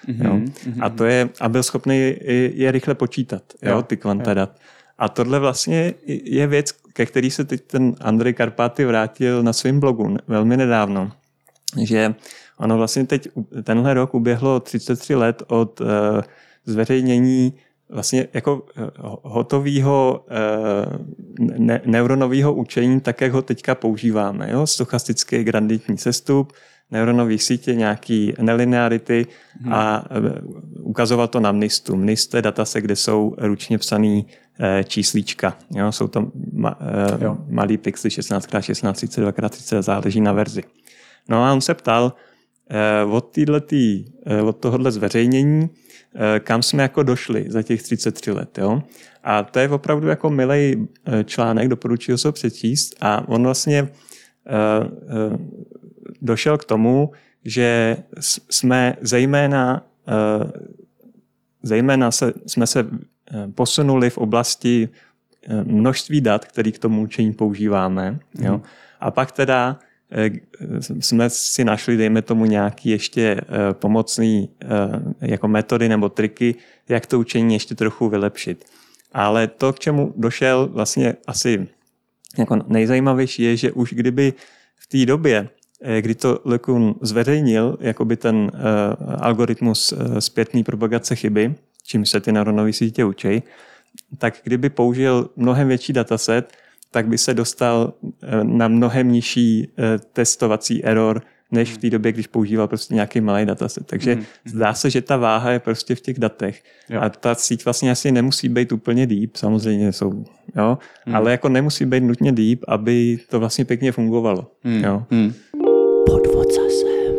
Mm-hmm. Jo? A to je, a byl schopný je, je rychle počítat, jo, jo ty kvanta dat. A tohle vlastně je věc, ke který se teď ten Andrej Karpáty vrátil na svém blogu velmi nedávno, že ono vlastně teď tenhle rok uběhlo třicet tři let od uh, zveřejnění vlastně jako hotového ne- neuronového učení, tak jak ho teďka používáme. Jo? Stochastický gradientní sestup, neuronové sítě, nějaký nelinearity hmm. a ukazovat to na M N I S T u. M N I S T je dataset, kde jsou ručně psaný číslíčka. Jo? Jsou to ma- malý pixely šestnáct krát šestnáct, třicet dva krát třicet, záleží na verzi. No a on se ptal od, týhletý, od tohohle zveřejnění, kam jsme jako došli za těch třicet tři let. Jo? A to je opravdu jako milej článek, doporučuji se ho přečíst a on vlastně uh, uh, došel k tomu, že jsme zejména, uh, zejména se, jsme se posunuli v oblasti množství dat, který k tomu učení používáme. Mm. Jo? A pak teda jsme si našli, dejme tomu, nějaký ještě pomocný jako metody nebo triky, jak to učení ještě trochu vylepšit. Ale to, k čemu došel vlastně asi jako nejzajímavější je, že už kdyby v té době, kdy to LeCun zveřejnil, jakoby ten algoritmus zpětné propagace chyby, čím se ty neuronové sítě učí, tak kdyby použil mnohem větší dataset, tak by se dostal na mnohem nižší testovací error, než v té době, když používal prostě nějaký malý dataset. Takže mm. zdá se, že ta váha je prostě v těch datech. Jo. A ta síť vlastně asi nemusí být úplně deep, samozřejmě jsou, jo, mm. ale jako nemusí být nutně deep, aby to vlastně pěkně fungovalo. Mm. Jo. Mm. Podvod zase.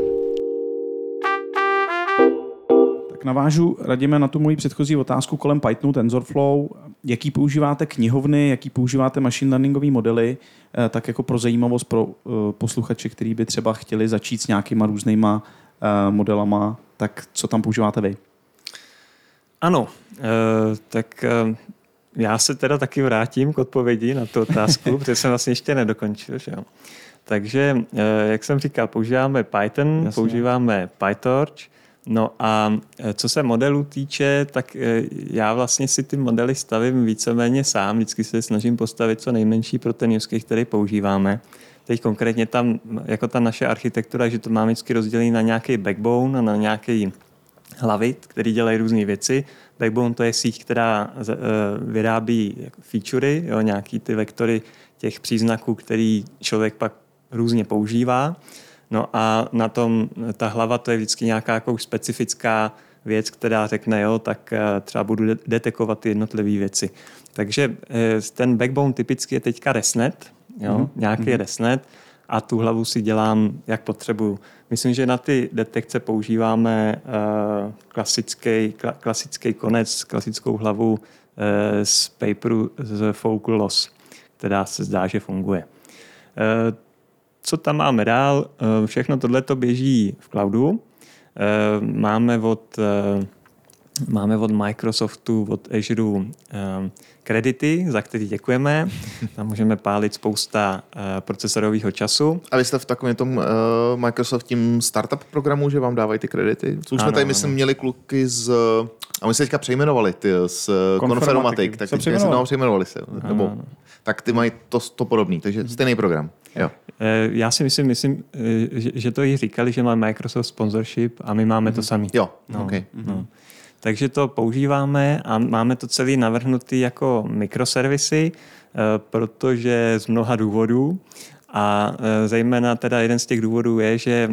Tak navážu, Radime, na tu moji předchozí otázku kolem Pythonu, TensorFlow. Jaký používáte knihovny, jaký používáte machine learningové modely, tak jako pro zajímavost pro posluchače, kteří by třeba chtěli začít s nějakýma různýma modelama, tak co tam používáte vy? Ano, tak já se teda taky vrátím k odpovědi na tu otázku, protože jsem vlastně ještě nedokončil. Že jo? Takže, jak jsem říkal, používáme Python, Jasně. používáme PyTorch. No a co se modelů týče, tak já vlastně si ty modely stavím víceméně sám. Vždycky se snažím postavit co nejmenší pro ten use case, který používáme. Teď konkrétně tam, jako ta naše architektura, že to máme vždycky rozdělený na nějaký backbone a na nějaký hlavy, který dělají různé věci. Backbone to je síť, která vyrábí featurey, jo, nějaký ty vektory těch příznaků, který člověk pak různě používá. No a na tom, ta hlava, to je vždycky nějaká jako specifická věc, která řekne, jo, tak třeba budu detekovat ty jednotlivé věci. Takže ten backbone typicky je teďka ResNet, jo, mm-hmm. nějaký mm-hmm. ResNet a tu hlavu si dělám, jak potřebuju. Myslím, že na ty detekce používáme uh, klasický, kla, klasický konec, klasickou hlavu uh, z paperu z Focal Loss, která se zdá, že funguje. Uh, Co tam máme dál? Všechno tohleto běží v cloudu. Máme od, máme od Microsoftu, od Azure kredity, za který děkujeme. Tam můžeme pálit spousta procesorového času. A vy jste v takovém tom uh, Microsoft tím startup programu, že vám dávají ty kredity? Co už jsme ano, tady, myslím, ano. měli kluky z... A my se teďka přejmenovali ty z Konfermatik. Tak teď se no, přejmenovali se. Nebo, ano. Tak ty mají to, to podobný, takže stejný program. Jo. Já si myslím, myslím že, že to i říkali, že má Microsoft sponsorship a my máme mm-hmm. to samý. Jo, no, okay. no. Takže to používáme a máme to celý navrhnutý jako mikroservisy, protože z mnoha důvodů a zejména teda jeden z těch důvodů je, že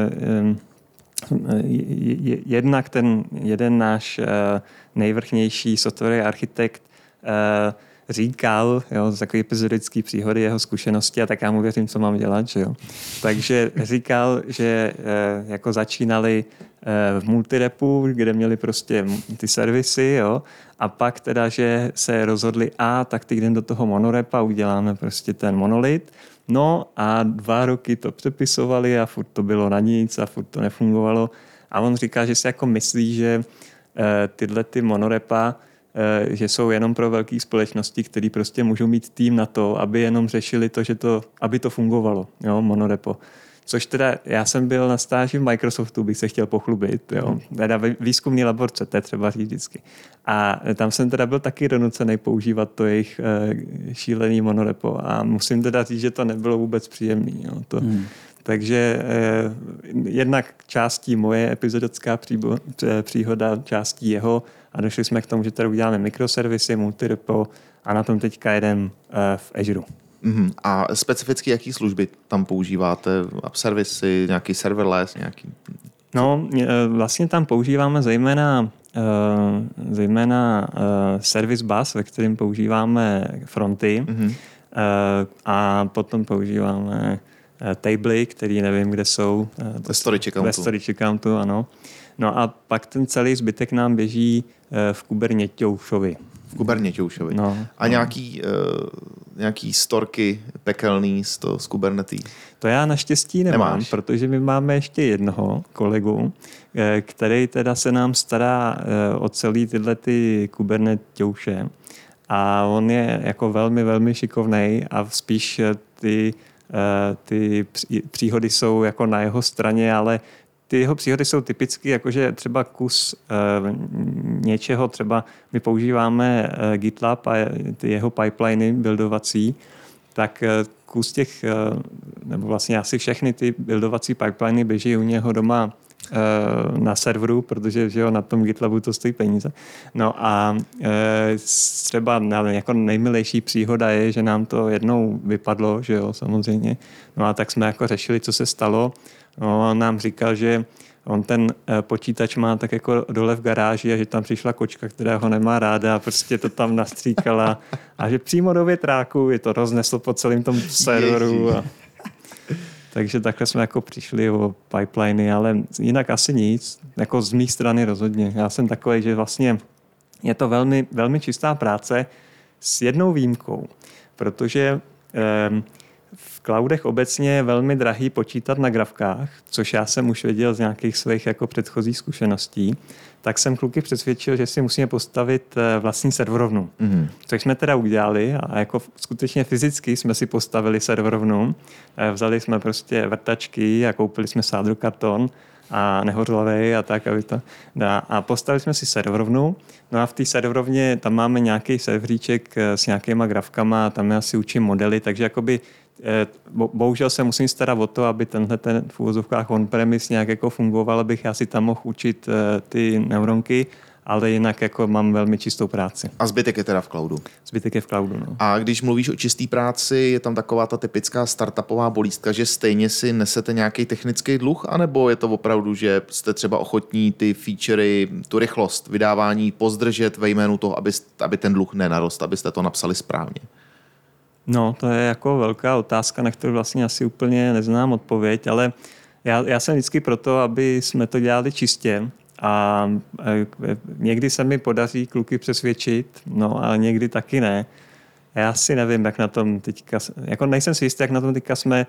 jednak ten jeden náš nejvrchnější softwarový architekt říkal, jo, z takové epizodické příhody jeho zkušenosti a tak já mu věřím, co mám dělat. Že jo. Takže říkal, že e, jako začínali e, v multirepu, kde měli prostě ty servisy, jo, a pak teda, že se rozhodli, a tak ty jdem do toho monorepa, uděláme prostě ten monolit. No a dva roky to přepisovali a furt to bylo na nic a furt to nefungovalo. A on říká, že si jako myslí, že e, tyhle ty monorepa že jsou jenom pro velké společnosti, které prostě můžou mít tým na to, aby jenom řešili to, že to, aby to fungovalo, jo, monorepo. Což teda, já jsem byl na stáži v Microsoftu, bych se chtěl pochlubit, jo. Teda výzkumný laborce, to je třeba říct vždycky. A tam jsem teda byl taky donucený používat to jejich uh, šílený monorepo a musím teda říct, že to nebylo vůbec příjemný. Jo. To, hmm. Takže eh, jednak částí moje epizodická příbo, příhoda, částí jeho a došli jsme k tomu, že tady uděláme mikroservisy, multirepo a na tom teďka jedem eh, v Azure. Mm-hmm. A specificky jaký služby tam používáte? App servisy, nějaký serverless, nějaký... No, vlastně tam používáme zejména, zejména service bus, ve kterém používáme fronty mm-hmm. a potom používáme tably, který nevím, kde jsou. Ve storage accountu. Ve storage accountu, ano. No a pak ten celý zbytek nám běží v Kubernetesovi. V Kubernetesovi. No, a no. nějaký, uh, nějaký storky pekelný z, to, z Kubernetes? To já naštěstí nemám, Nemáš. Protože my máme ještě jednoho kolegu, který teda se nám stará o celý tyhle ty Kubernetese a on je jako velmi, velmi šikovnej a spíš ty, ty příhody jsou jako na jeho straně, ale ty jeho příhody jsou typicky, jakože třeba kus uh, něčeho, třeba my používáme uh, GitLab a ty jeho pipeliny buildovací, tak uh, kus těch, uh, nebo vlastně asi všechny ty buildovací pipeliny běží u něho doma uh, na serveru, protože že jo, na tom GitLabu to stojí peníze. No a uh, třeba jako nejmilejší příhoda je, že nám to jednou vypadlo, že jo, samozřejmě. No a tak jsme jako řešili, co se stalo. No, on nám říkal, že on ten počítač má tak jako dole v garáži a že tam přišla kočka, která ho nemá ráda a prostě to tam nastříkala a že přímo do větráku je to rozneslo po celém tom serveru. A... Takže takhle jsme jako přišli o pipeliny, ale jinak asi nic. Jako z mých strany rozhodně. Já jsem takový, že vlastně je to velmi, velmi čistá práce s jednou výjimkou, protože eh, v cloudech obecně je velmi drahý počítat na grafkách, což já jsem už věděl z nějakých svých jako předchozích zkušeností, tak jsem kluky přesvědčil, že si musíme postavit vlastní serverovnu. Mm-hmm. Což jsme teda udělali a jako skutečně fyzicky jsme si postavili serverovnu. Vzali jsme prostě vrtačky a koupili jsme sádrokarton a nehořlavej a tak, aby to dá. A postavili jsme si serverovnu. No a v té serverovně tam máme nějaký serveríček s nějakýma grafkama a tam já si učím modely, takže jakoby bohužel se musím starat o to, aby tenhle ten v uvozovkách on-premise nějak jako fungoval, abych já si tam mohl učit ty neuronky, ale jinak jako mám velmi čistou práci. A zbytek je teda v cloudu? Zbytek je v cloudu, no. A když mluvíš o čisté práci, je tam taková ta typická startupová bolístka, že stejně si nesete nějaký technický dluh, anebo je to opravdu, že jste třeba ochotní ty featurey, tu rychlost vydávání pozdržet ve jménu toho, aby, aby ten dluh nenarost, abyste to napsali správně? No, to je jako velká otázka, na kterou vlastně asi úplně neznám odpověď, ale já, já jsem vždycky proto, aby jsme to dělali čistě a někdy se mi podaří kluky přesvědčit, no ale někdy taky ne. Já si nevím, jak na tom teďka, jako nejsem si jistý, jak na tom teďka jsme,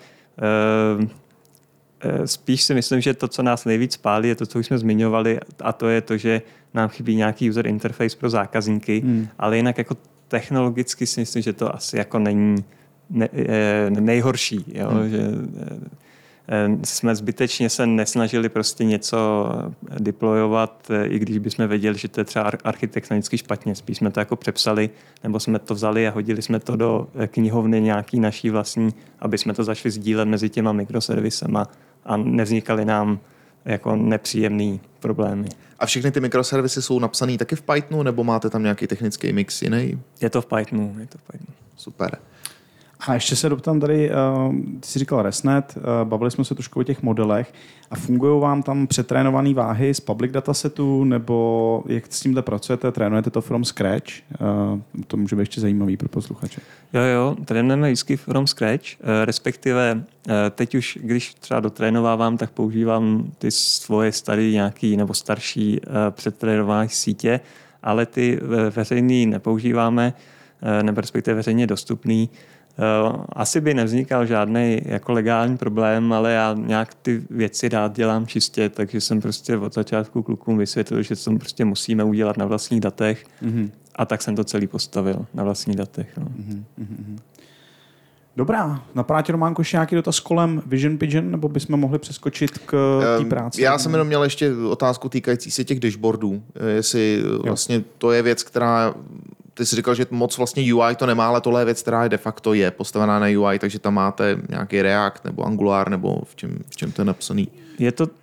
spíš si myslím, že to, co nás nejvíc pálí, je to, co už jsme zmiňovali a to je to, že nám chybí nějaký user interface pro zákazníky, hmm. ale jinak jako technologicky si myslím, že to asi jako není ne, nejhorší. Jo? Hmm. Že jsme zbytečně se nesnažili prostě něco deployovat, i když bychom věděli, že to je třeba architektonicky špatně. Spíš jsme to jako přepsali, nebo jsme to vzali a hodili jsme to do knihovny nějaký naší vlastní, aby jsme to začali sdílet mezi těma mikroservisema a nevznikaly nám jako nepříjemný problémy. A všechny ty mikroservisy jsou napsané taky v Pythonu, nebo máte tam nějaký technický mix jiný? Je to v Pythonu, je to v Pythonu. Super. A ještě se doptám tady, uh, ty jsi říkal ResNet, uh, bavili jsme se trošku o těch modelech a fungují vám tam přetrénované váhy z public datasetu, nebo jak s tímhle pracujete, trénujete to from scratch? Uh, to může být ještě zajímavý pro posluchače. Jo, jo, trénujeme vždycky from scratch, uh, respektive uh, teď už, když třeba dotrénovávám, tak používám ty svoje staré nějaký nebo starší uh, přetrénované sítě, ale ty veřejný nepoužíváme, uh, nebo respektive veřejně dostupný. Asi by nevznikal žádný jako legální problém, ale já nějak ty věci rád dělám čistě, takže jsem prostě od začátku klukům vysvětlil, že to prostě musíme udělat na vlastních datech mm-hmm. a tak jsem to celý postavil na vlastních datech. No. Mm-hmm. Dobrá, napadá tě, Románko, ještě nějaký dotaz kolem Vision Pigeon, nebo bychom mohli přeskočit k té práci? Já jsem jenom měl ještě otázku týkající se těch dashboardů. Jestli vlastně to je věc, která... Ty jsi říkal, že moc vlastně U I to nemá, ale tohle je věc, která de facto je postavená na U I, takže tam máte nějaký React nebo Angular, nebo v čem, v čem to je napsaný? Je to,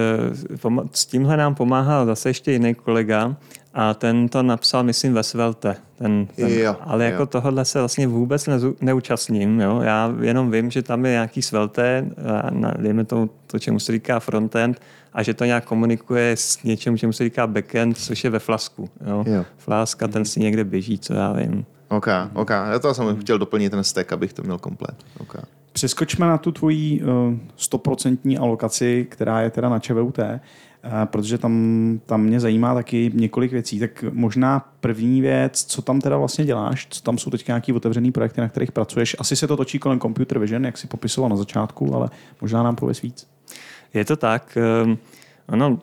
s tímhle nám pomáhal zase ještě jiný kolega a ten to napsal, myslím, ve Svelte. Ten, ten, jo, ale jako jo. tohle se vlastně vůbec nezu, neúčastním. Jo? Já jenom vím, že tam je nějaký Svelte, dejme tomu to, čemu se říká frontend, a že to nějak komunikuje s něčím, čemu se říká backend, což je ve Flasku. Jo? Jo. Flask a ten si někde běží, co já vím. OK, OK. Já to jsem chtěl doplnit ten stack, abych to měl komplet. OK. Přeskočme na tu tvoji stoprocentní alokaci, která je teda na ČVUT, protože tam, tam mě zajímá taky několik věcí. Tak možná první věc, co tam teda vlastně děláš, co tam jsou teď nějaký otevřený projekty, na kterých pracuješ. Asi se to točí kolem computer vision, jak si popisoval na začátku, ale možná nám pověz víc. Je to tak. Ono,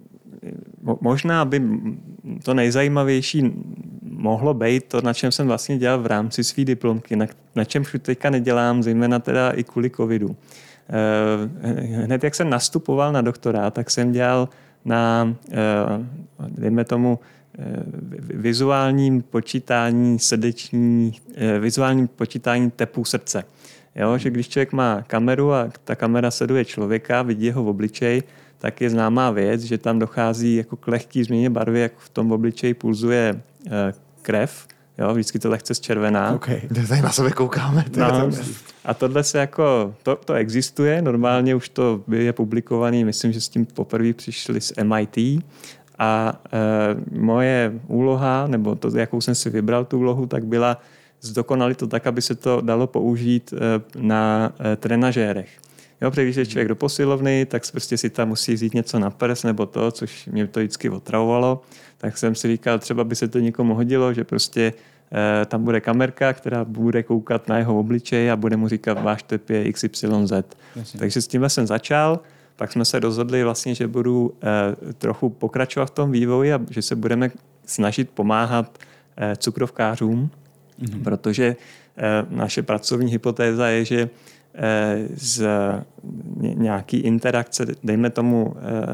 možná by to nejzajímavější mohlo být to, na čem jsem vlastně dělal v rámci své diplomky, na, na čem teďka nedělám, zejména teda i kvůli covidu. Hned jak jsem nastupoval na doktorát, tak jsem dělal na, dejme tomu, vizuálním počítání srdeční, vizuálním počítání tepů srdce. Jo, že když člověk má kameru a ta kamera sleduje člověka, vidí jeho obličej, tak je známá věc, že tam dochází jako k lehký změně barvy, jak v tom obličeji pulzuje krev. Jo, vždycky to lehce zčervená. Okay. Tady na sebe koukáme. No, a tohle se jako, to, to existuje, normálně už to je publikovaný, myslím, že s tím poprvé přišli z M I T a e, moje úloha, nebo to, jakou jsem si vybral tu úlohu, tak byla zdokonalit to tak, aby se to dalo použít e, na e, trenažérech. Jo, protože když je člověk do posilovny, tak prostě si tam musí vzít něco na prs nebo to, což mě to vždycky otravovalo. Tak jsem si říkal, třeba by se to někomu hodilo, že prostě e, tam bude kamerka, která bude koukat na jeho obličej a bude mu říkat, váš tep je X Y Z. Jasně. Takže s tímhle jsem začal, pak jsme se rozhodli vlastně, že budu e, trochu pokračovat v tom vývoji a že se budeme snažit pomáhat e, cukrovkářům, mm-hmm. protože e, naše pracovní hypotéza je, že z nějaký interakce, dejme tomu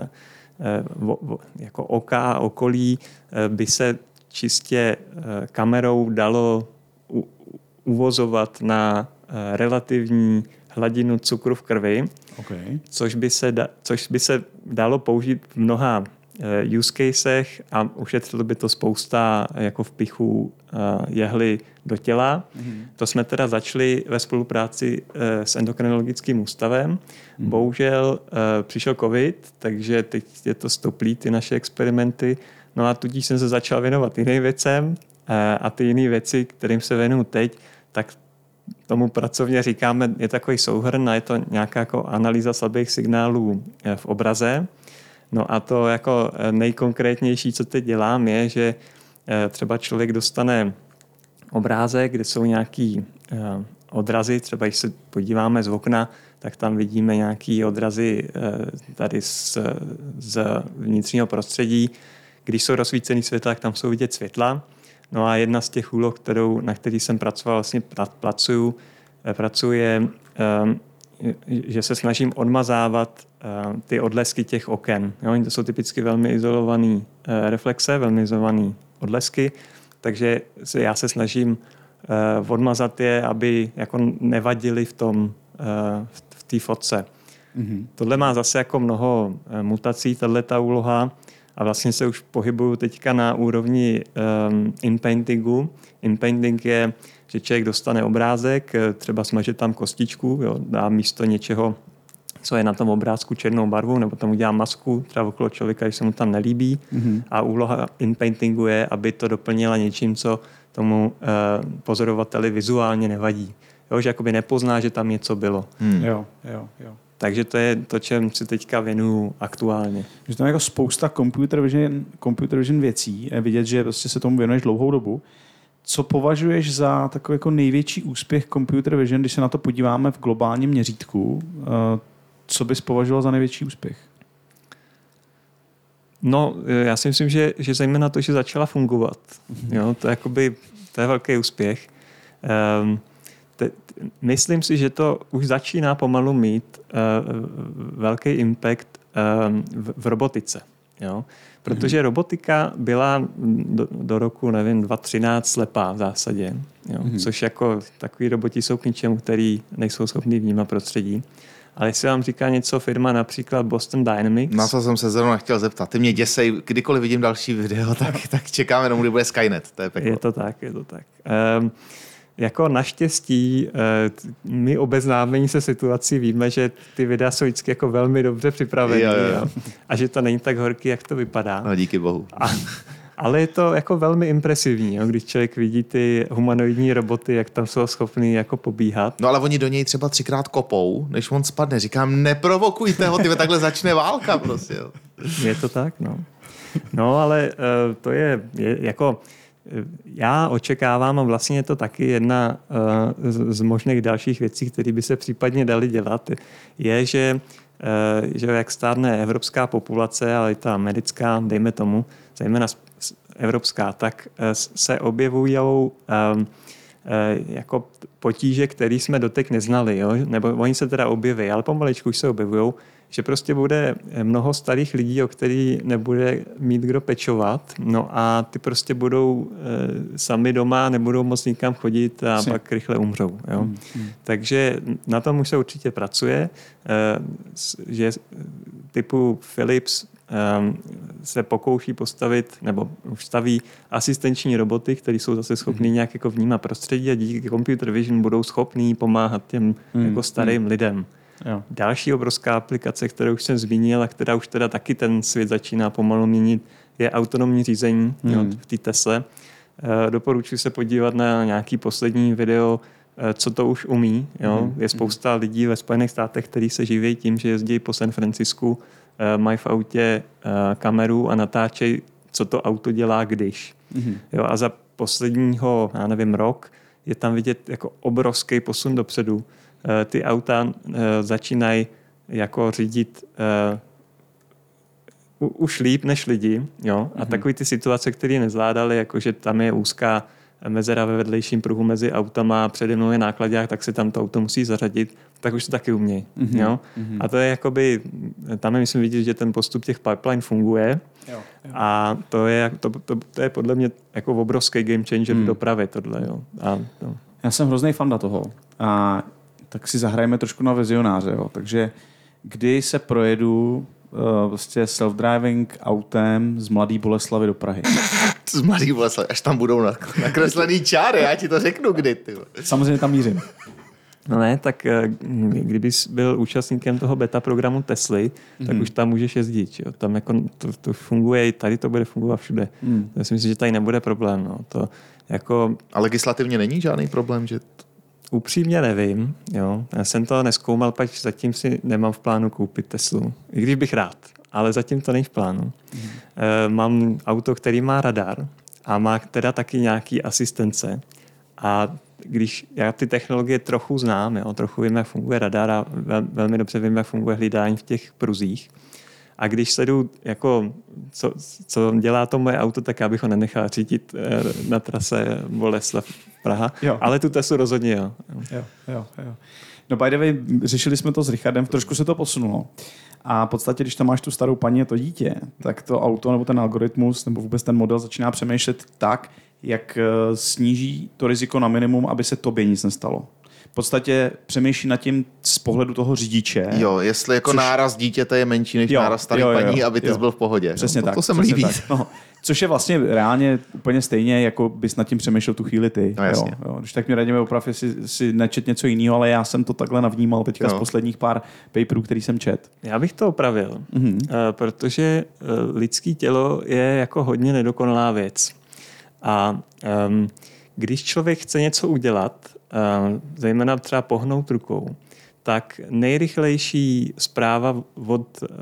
jako oka a okolí, by se čistě kamerou dalo uvozovat na relativní hladinu cukru v krvi, okay. což, by se da, což by se dalo použít v mnoha use casech a ušetřilo by to spousta jako vpichů jehly do těla. Mm-hmm. To jsme teda začali ve spolupráci s endokrinologickým ústavem. Mm-hmm. Bohužel přišel covid, takže teď je to stoplý, ty naše experimenty. No a tudíž jsem se začal věnovat jiným věcem a ty jiné věci, kterým se věnuju teď, tak tomu pracovně říkáme, je takový souhrn a je to nějaká jako analýza slabých signálů v obraze. No a to jako nejkonkrétnější, co teď dělám, je, že třeba člověk dostane obrázek, kde jsou nějaký odrazy, třeba když se podíváme z okna, tak tam vidíme nějaký odrazy tady z, z vnitřního prostředí. Když jsou rozsvícený světla, tak tam jsou vidět světla. No a jedna z těch úloh, kterou, na který jsem pracoval, vlastně pracuju, pracuje, že se snažím odmazávat ty odlesky těch oken. Jo, to jsou typicky velmi izolované reflexe, velmi izolované odlesky, takže se, já se snažím odmazat je, aby jako nevadily v tom, v té fotce. Mm-hmm. Tohle má zase jako mnoho mutací, tato úloha, a vlastně se už pohybuju teďka na úrovni um, inpaintingu. Inpainting je, že člověk dostane obrázek, třeba smaže tam kostičku, jo, dá místo něčeho, co je na tom obrázku černou barvu, nebo tam udělá masku třeba okolo člověka, když se mu tam nelíbí. Mm-hmm. A úloha inpaintingu je, aby to doplnila něčím, co tomu uh, pozorovateli vizuálně nevadí. Jo, že jakoby nepozná, že tam něco bylo. Hmm. Jo, jo, jo. Takže to je to, čem si teďka věnuju aktuálně. Že tam je jako spousta computer vision, computer vision věcí. Je vidět, že prostě se tomu věnuješ dlouhou dobu. Co považuješ za takový jako největší úspěch computer vision, když se na to podíváme v globálním měřítku? Co bys považoval za největší úspěch? No, já si myslím, že, že zejména to, že začala fungovat. Mm-hmm. Jo, to, je jakoby, to je velký úspěch. Um, te, myslím si, že to už začíná pomalu mít uh, velký impact um, v, v robotice. Jo? Protože robotika byla do, do roku, nevím, dva tisíce třináct slepá v zásadě. Jo? Mm-hmm. Což jako takový roboti jsou k ničemu, který nejsou schopni vnímat prostředí. Ale jestli vám říká něco firma, například Boston Dynamics. Na to jsem se zrovna chtěl zeptat. Ty mě děsej, kdykoliv vidím další video, tak, tak čekám jenom, kdy bude Skynet. To je peklo. Je to tak, je to tak. Um, jako naštěstí uh, my obeznámení se situací víme, že ty videa jsou vždycky jako velmi dobře připravené. Jo, jo. Jo? A že to není tak horký, jak to vypadá. No, díky bohu. A, ale je to jako velmi impresivní, jo? Když člověk vidí ty humanoidní roboty, jak tam jsou schopný jako pobíhat. No ale oni do něj třeba třikrát kopou, než on spadne. Říkám, neprovokujte ho, ty takhle začne válka prostě. Jo. Je to tak, no. No ale uh, to je, je jako... Já očekávám, a vlastně je to taky jedna uh, z, z možných dalších věcí, které by se případně daly dělat, je, že, uh, že jak stárne evropská populace, ale i ta americká, dejme tomu, zejména evropská, tak uh, se objevují um, uh, jako potíže, které jsme doteď neznali. Jo? Nebo oni se teda objeví, ale pomaličku už se objevují, že prostě bude mnoho starých lidí, o který nebude mít kdo pečovat, no a ty prostě budou e, sami doma, nebudou moc nikam chodit a Jsi. pak rychle umřou. Jo? Hmm, hmm. Takže na tom už se určitě pracuje, e, že typu Philips e, se pokouší postavit, nebo už staví asistenční roboty, které jsou zase schopný hmm. nějak jako vnímat prostředí a díky computer vision budou schopní pomáhat těm hmm. jako starým hmm. lidem. Jo. Další obrovská aplikace, kterou už jsem zmínil a která už teda taky ten svět začíná pomalu měnit, je autonomní řízení hmm. jo, v té Tesle. E, doporučuji se podívat na nějaký poslední video, e, co to už umí. Jo. Hmm. Je spousta lidí ve Spojených státech, kteří se živí tím, že jezdí po San Francisku, e, mají v autě e, kameru a natáčejí, co to auto dělá, když. Hmm. Jo, a za posledního, já nevím, rok je tam vidět jako obrovský posun dopředu. Ty auta uh, začínají jako řídit uh, už líp než lidi. Jo? A mm-hmm. takový ty situace, které nezvládali, jako že tam je úzká mezera ve vedlejším pruhu mezi autama a přede mnou je nákladák, tak se tam to auto musí zařadit, tak už to taky umějí. Mm-hmm. Jo? Mm-hmm. A to je jakoby, tam je myslím vidět, že ten postup těch pipeline funguje. Jo, jo. A to je, to, to, to je podle mě jako obrovský game changer mm. v dopravě tohle. Jo? A to. Já jsem hrozný fanda toho. A tak si zahrajeme trošku na vizionáře. Jo. Takže kdy se projedu uh, vlastně self-driving autem z Mladý Boleslavi do Prahy? Z Mladý Boleslavi, až tam budou nakreslený čáry, já ti to řeknu kdy. Ty. Samozřejmě tam mířím. No ne, tak kdybys byl účastníkem toho beta programu Tesly, mm-hmm. tak už tam můžeš jezdit. Jo. Tam jako to, to funguje, tady to bude fungovat všude. Mm. Já si myslím, že tady nebude problém. No. To jako... A legislativně není žádný problém, že... Upřímně nevím. Jo. Já jsem to nezkoumal, pač zatím si nemám v plánu koupit Teslu. I když bych rád, ale zatím to není v plánu. Mm. E, mám auto, který má radar a má teda taky nějaký asistence. A když já ty technologie trochu znám, jo, trochu vím, jak funguje radar a vel, velmi dobře vím, jak funguje hlídání v těch pruzích. A když sleduju, jako, co, co dělá to moje auto, tak já bych ho nenechal řídit eh, na trase Boleslav Praha. Jo. Ale tu Teslu rozhodně jo. Jo, jo, jo. No by the way, řešili jsme to s Richardem, trošku se to posunulo. A v podstatě, když tam máš tu starou paní a to dítě, tak to auto nebo ten algoritmus nebo vůbec ten model začíná přemýšlet tak, jak sníží to riziko na minimum, aby se tobě nic nestalo. V podstatě přemýšlí nad tím z pohledu toho řidiče. Jo, jestli jako což... náraz dítěte je menší než jo, náraz staré paní, aby ty byl v pohodě. Přesně no, tak. To, to se mi líbí. No, což je vlastně reálně úplně stejně, jako bys nad tím přemýšlel tu chvíli ty. No, jasně. Jo, jo. Když tak mě radíme oprav, jestli si nečet něco jiného, ale já jsem to takhle navnímal teďka jo. z posledních pár paperů, který jsem čet. Já bych to opravil, mm-hmm. protože lidský tělo je jako hodně nedokonalá věc. A um, když člověk chce něco udělat, um, zejména třeba pohnout rukou, tak nejrychlejší zpráva od uh,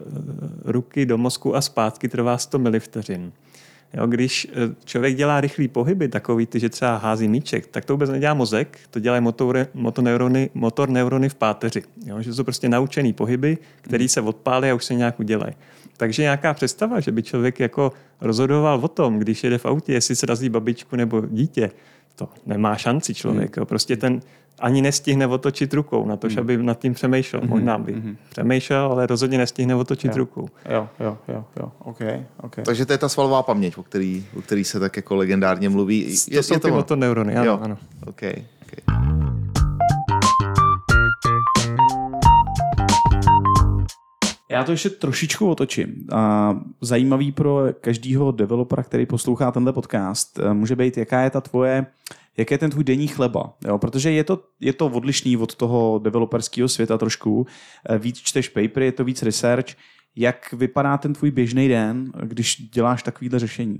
ruky do mozku a zpátky trvá sto milivteřin. Jo, když člověk dělá rychlý pohyby, takový ty, že třeba hází míček, tak to vůbec nedělá mozek, to dělají motor, motoneurony, motor neurony v páteři. Jo, že to jsou prostě naučený pohyby, který se odpálí a už se nějak udělají. Takže nějaká představa, že by člověk jako rozhodoval o tom, když jede v autě, jestli srazí babičku nebo dítě, to nemá šanci člověk. Jo. Prostě ten ani nestihne otočit rukou na to, mm. aby nad tím přemýšlel. Mm. Možná by mm. přemýšlel, ale rozhodně nestihne otočit jo. rukou. Jo, jo, jo, jo. Okay, okay. Takže to je ta svalová paměť, o který, o který se tak jako legendárně mluví. Je, to jsou je to ty motoneurony, ano. Jo. ano. Okay, okay. Já to ještě trošičku otočím. Zajímavý pro každého developera, který poslouchá tenhle podcast, může být, jaká je ta tvoje, jaký je ten tvůj denní chleba. Jo? Protože je to, je to odlišný od toho developerského světa trošku. Víc čteš papery, je to víc research. Jak vypadá ten tvůj běžný den, když děláš takovýhle řešení?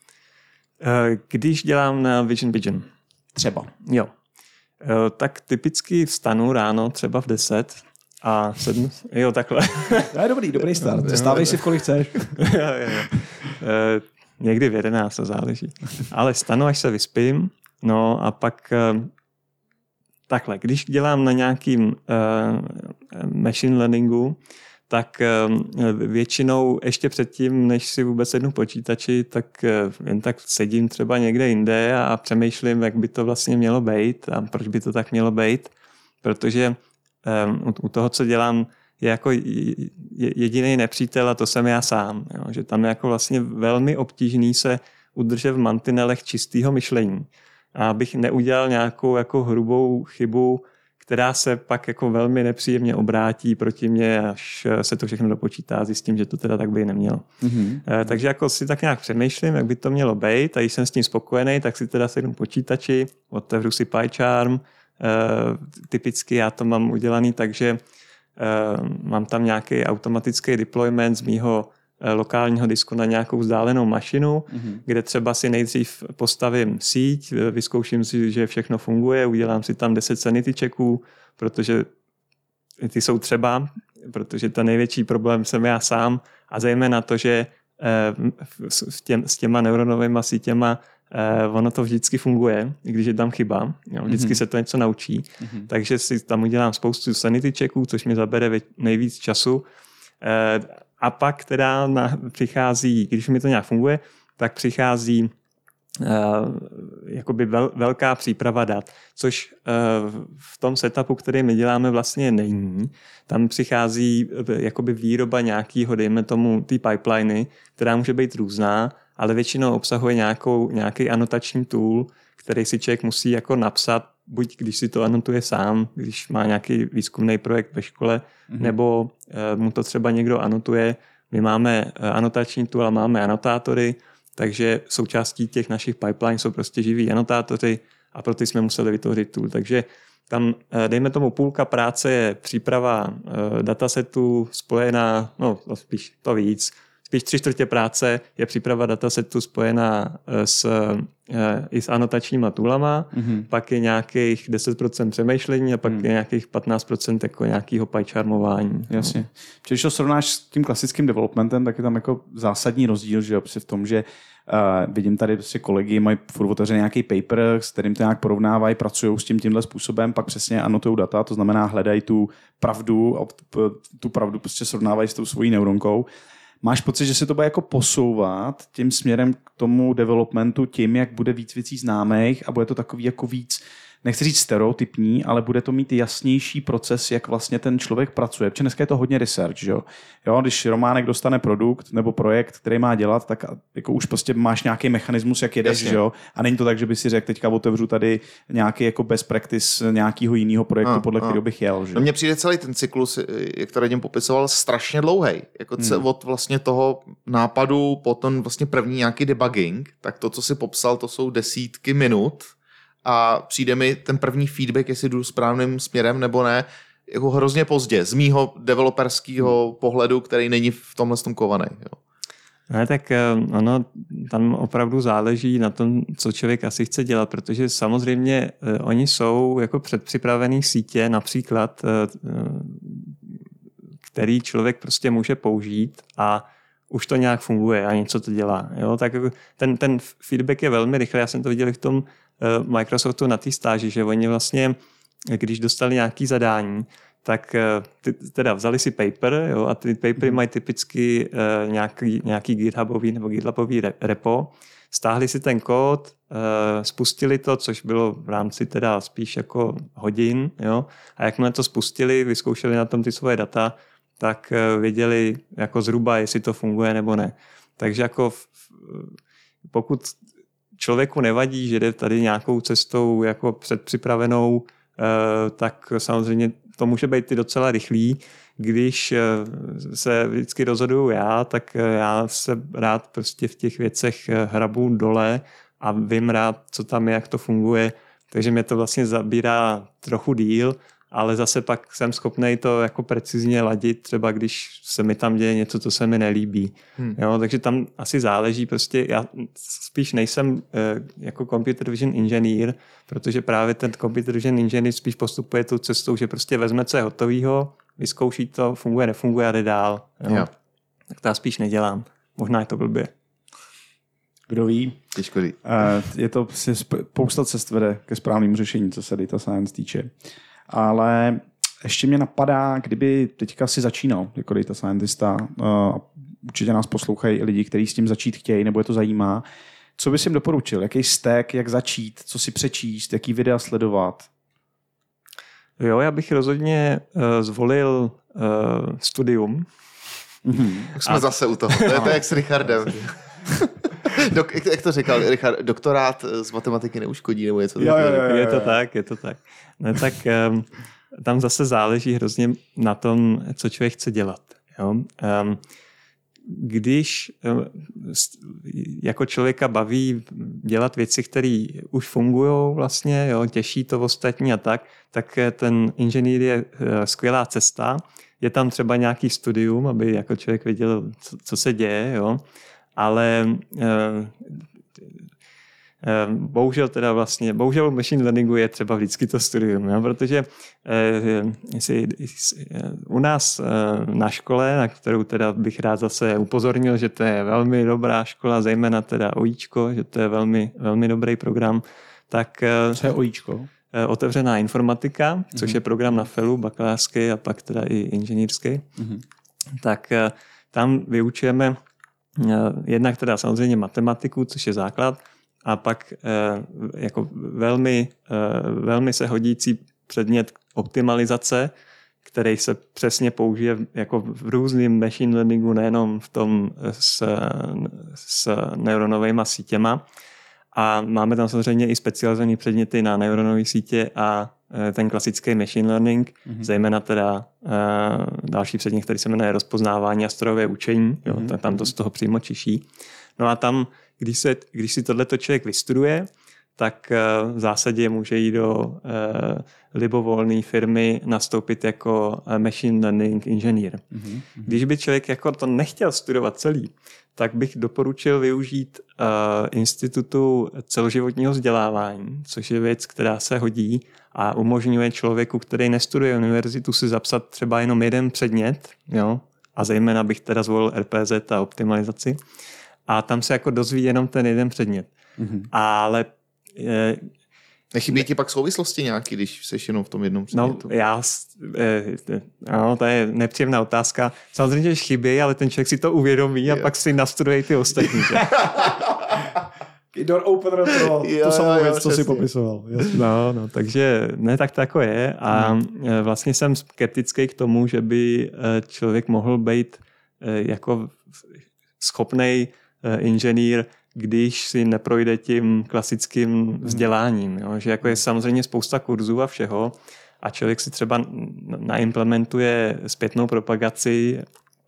Když dělám na Vision Pigeon. Třeba. Jo. Tak typicky vstanu ráno třeba v deset a sedm. Jo, takhle. To je dobrý, dobrý start. Stávej si v kolik chceš. jo, jo, jo. E, někdy v jedenáct, to záleží. Ale stanu, až se vyspím. No a pak e, takhle, když dělám na nějakým e, machine learningu, tak e, většinou ještě předtím, než si vůbec sednu počítači, tak e, jen tak sedím třeba někde jinde a přemýšlím, jak by to vlastně mělo být a proč by to tak mělo být. Protože Um, u toho, co dělám, je jako jediný nepřítel a to jsem já sám. Jo? Že tam je jako vlastně velmi obtížný se udržet v mantinelech čistého myšlení. A abych neudělal nějakou jako hrubou chybu, která se pak jako velmi nepříjemně obrátí proti mně, až se to všechno dopočítá a zjistím, že to teda tak by nemělo. Mm-hmm. E, takže jako si tak nějak přemýšlím, jak by to mělo být a když jsem s tím spokojený, tak si teda sednu počítači, otevřu si PyCharm. Uh, typicky já to mám udělaný tak, že uh, mám tam nějaký automatický deployment z mýho uh, lokálního disku na nějakou vzdálenou mašinu, mm-hmm. kde třeba si nejdřív postavím síť, vyzkouším si, že všechno funguje, udělám si tam deset sanity checků, protože ty jsou třeba, protože ten největší problém jsem já sám a zejména to, že uh, s, těm, s těma neuronovými sítěma Uh, ono to vždycky funguje, i když je tam chyba. Jo, vždycky mm-hmm. se to něco naučí. Mm-hmm. Takže si tam udělám spoustu sanity checků, což mi zabere nejvíc času. Uh, a pak teda na, přichází, když mi to nějak funguje, tak přichází uh, jakoby vel, velká příprava dat, což uh, v tom setupu, který my děláme, vlastně není. Tam přichází uh, jakoby výroba nějakého, dejme tomu, ty pipeliny, která může být různá, ale většinou obsahuje nějakou, nějaký anotační tool, který si člověk musí jako napsat, buď když si to anotuje sám, když má nějaký výzkumný projekt ve škole, mm-hmm. nebo e, mu to třeba někdo anotuje. My máme e, anotační tool a máme anotátory, takže součástí těch našich pipeline jsou prostě živí anotátory a proto jsme museli vytvořit tool. Takže tam, e, dejme tomu, půlka práce je příprava e, datasetu spojená, no spíš to víc, Spíš tři čtvrtě práce je příprava datasetu spojená s, i s anotačníma toolama, mm-hmm. pak je nějakých deset procent přemýšlení a pak mm. je nějakých patnáct procent jako nějakého pycharmování. Jasně. No. Když to srovnáš s tím klasickým developmentem, tak je tam jako zásadní rozdíl, že v tom, že uh, vidím tady prostě kolegy, mají furt otevřený nějaký paper, s kterým to nějak porovnávají, pracují s tím tímhle způsobem, pak přesně anotují data, to znamená hledají tu pravdu a tu pravdu prostě srovnávají s tou svojí neuronkou. Máš pocit, že se to bude jako posouvat tím směrem k tomu developmentu, tím, jak bude víc věcí známých a bude to takový jako víc, nechci říct stereotypní, ale bude to mít jasnější proces, jak vlastně ten člověk pracuje. Protože dneska je to hodně research, jo. jo když Románek dostane produkt nebo projekt, který má dělat, tak jako už prostě máš nějaký mechanismus, jak jedeš, jo. A není to tak, že by si řekl, teďka otevřu tady nějaký jako best practice nějakého jiného projektu, a, podle a. kterého bych jel. Že? No mně přijde celý ten cyklus, jak to Radim popisoval, strašně dlouhej. Jako hmm. od vlastně toho nápadu, potom vlastně první nějaký debugging, tak to, co si popsal, to jsou desítky minut. A přijde mi ten první feedback, jestli jdu správným směrem nebo ne, jako hrozně pozdě, z mýho developerského pohledu, který není v tomhle tom kovaný. Jo. Ne, tak ono tam opravdu záleží na tom, co člověk asi chce dělat, protože samozřejmě oni jsou jako předpřipravený sítě, například, který člověk prostě může použít a už to nějak funguje a něco to dělá. Jo? Tak ten, ten feedback je velmi rychlý. Já jsem to viděl v tom Microsoftu na té stáži, že oni vlastně, když dostali nějaké zadání, tak ty, teda vzali si paper, jo, a ty papery mají typicky uh, nějaký, nějaký GitHubový nebo GitLabový repo, stáhli si ten kód, spustili to, což bylo v rámci teda spíš jako hodin, jo, a jakmile to spustili, vyzkoušeli na tom ty svoje data, tak věděli jako zhruba, jestli to funguje nebo ne. Takže jako pokud člověku nevadí, že jde tady nějakou cestou jako předpřipravenou, tak samozřejmě to může být i docela rychlý. Když se vždycky rozhoduju já, tak já se rád prostě v těch věcech hrabu dole a vím rád, co tam je, jak to funguje. Takže mě to vlastně zabírá trochu díl, ale zase pak jsem schopnej to jako precizně ladit, třeba když se mi tam děje něco, co se mi nelíbí. Hmm. Jo, takže tam asi záleží prostě, já spíš nejsem eh, jako computer vision engineer, protože právě ten computer vision engineer spíš postupuje tou cestou, že prostě vezme, co je hotovýho, vyzkouší to, funguje, nefunguje a jde dál. Jo. Jo. Tak to já spíš nedělám. Možná je to blbě. Kdo ví? Těžko říct. Uh, je to spousta cest vede ke správnému řešení, co se data science týče. Ale ještě mě napadá, kdyby teďka si začínal jako data scientista, uh, určitě nás poslouchají i lidi, kteří s tím začít chtějí, nebo je to zajímá, co bys jim doporučil? Jaký stack, jak začít, co si přečíst, jaký videa sledovat? Jo, já bych rozhodně uh, zvolil uh, studium. Mm-hmm. Už jsme A... zase u toho. To je to jak s Richardem. Dok, jak, jak to říkal Richard, doktorát z matematiky neuškodí, nebo něco takového. Je to tak, je to tak. No, tak um, tam zase záleží hrozně na tom, co člověk chce dělat. Jo? Um, když um, jako člověka baví dělat věci, které už fungují vlastně, jo, těší to ostatní a tak, tak ten inženýr je uh, skvělá cesta. Je tam třeba nějaký studium, aby jako člověk věděl, co, co se děje, jo. Ale uh, uh, bohužel teda vlastně, bohužel machine learningu je třeba vždycky to studium, jo, protože uh, jestli, u nás uh, na škole, na kterou teda bych rád zase upozornil, že to je velmi dobrá škola, zejména teda OIčko, že to je velmi, velmi dobrý program, tak uh, co je OIčko? Otevřená informatika, mm-hmm. což je program na felu, bakalářský a pak teda i inženýrský, mm-hmm. tak uh, tam vyučujeme jednak teda samozřejmě matematiku, což je základ, a pak eh, jako velmi, eh, velmi se hodící předmět optimalizace, který se přesně použije jako v různým machine learningu, nejenom v tom s, s neuronovými sítěma. A máme tam samozřejmě i specializované předměty na neuronové sítě a ten klasický machine learning, mm-hmm. zejména teda uh, další předmět, který se jmenuje rozpoznávání a strojové učení, jo, mm-hmm. tam to z toho přímo čiší. No a tam, když, se, když si tohleto člověk vystuduje, tak uh, v zásadě může jít do uh, libovolné firmy nastoupit jako machine learning inženýr. Mm-hmm. Když by člověk jako to nechtěl studovat celý, tak bych doporučil využít uh, institutu celoživotního vzdělávání, což je věc, která se hodí a umožňuje člověku, který nestuduje univerzitu, si zapsat třeba jenom jeden předmět, jo? A zejména bych teda zvolil R P Z a optimalizaci. A tam se jako dozví jenom ten jeden předmět. Mm-hmm. Ale e, nechybí ti pak souvislosti nějaký, když jsi jenom v tom jednom předmětu? No, já, e, no, to je nepříjemná otázka. Samozřejmě, že chybí, ale ten člověk si to uvědomí a jo. Pak si nastuduje ty ostatní. Door opener pro jo, tu samou věc, jo, co si popisoval. No, no, takže ne, tak to jako je. A hmm. vlastně jsem skeptický k tomu, že by člověk mohl být jako schopnej inženýr, když si neprojde tím klasickým vzděláním. Jo? Že jako je samozřejmě spousta kurzů a všeho a člověk si třeba naimplementuje zpětnou propagaci,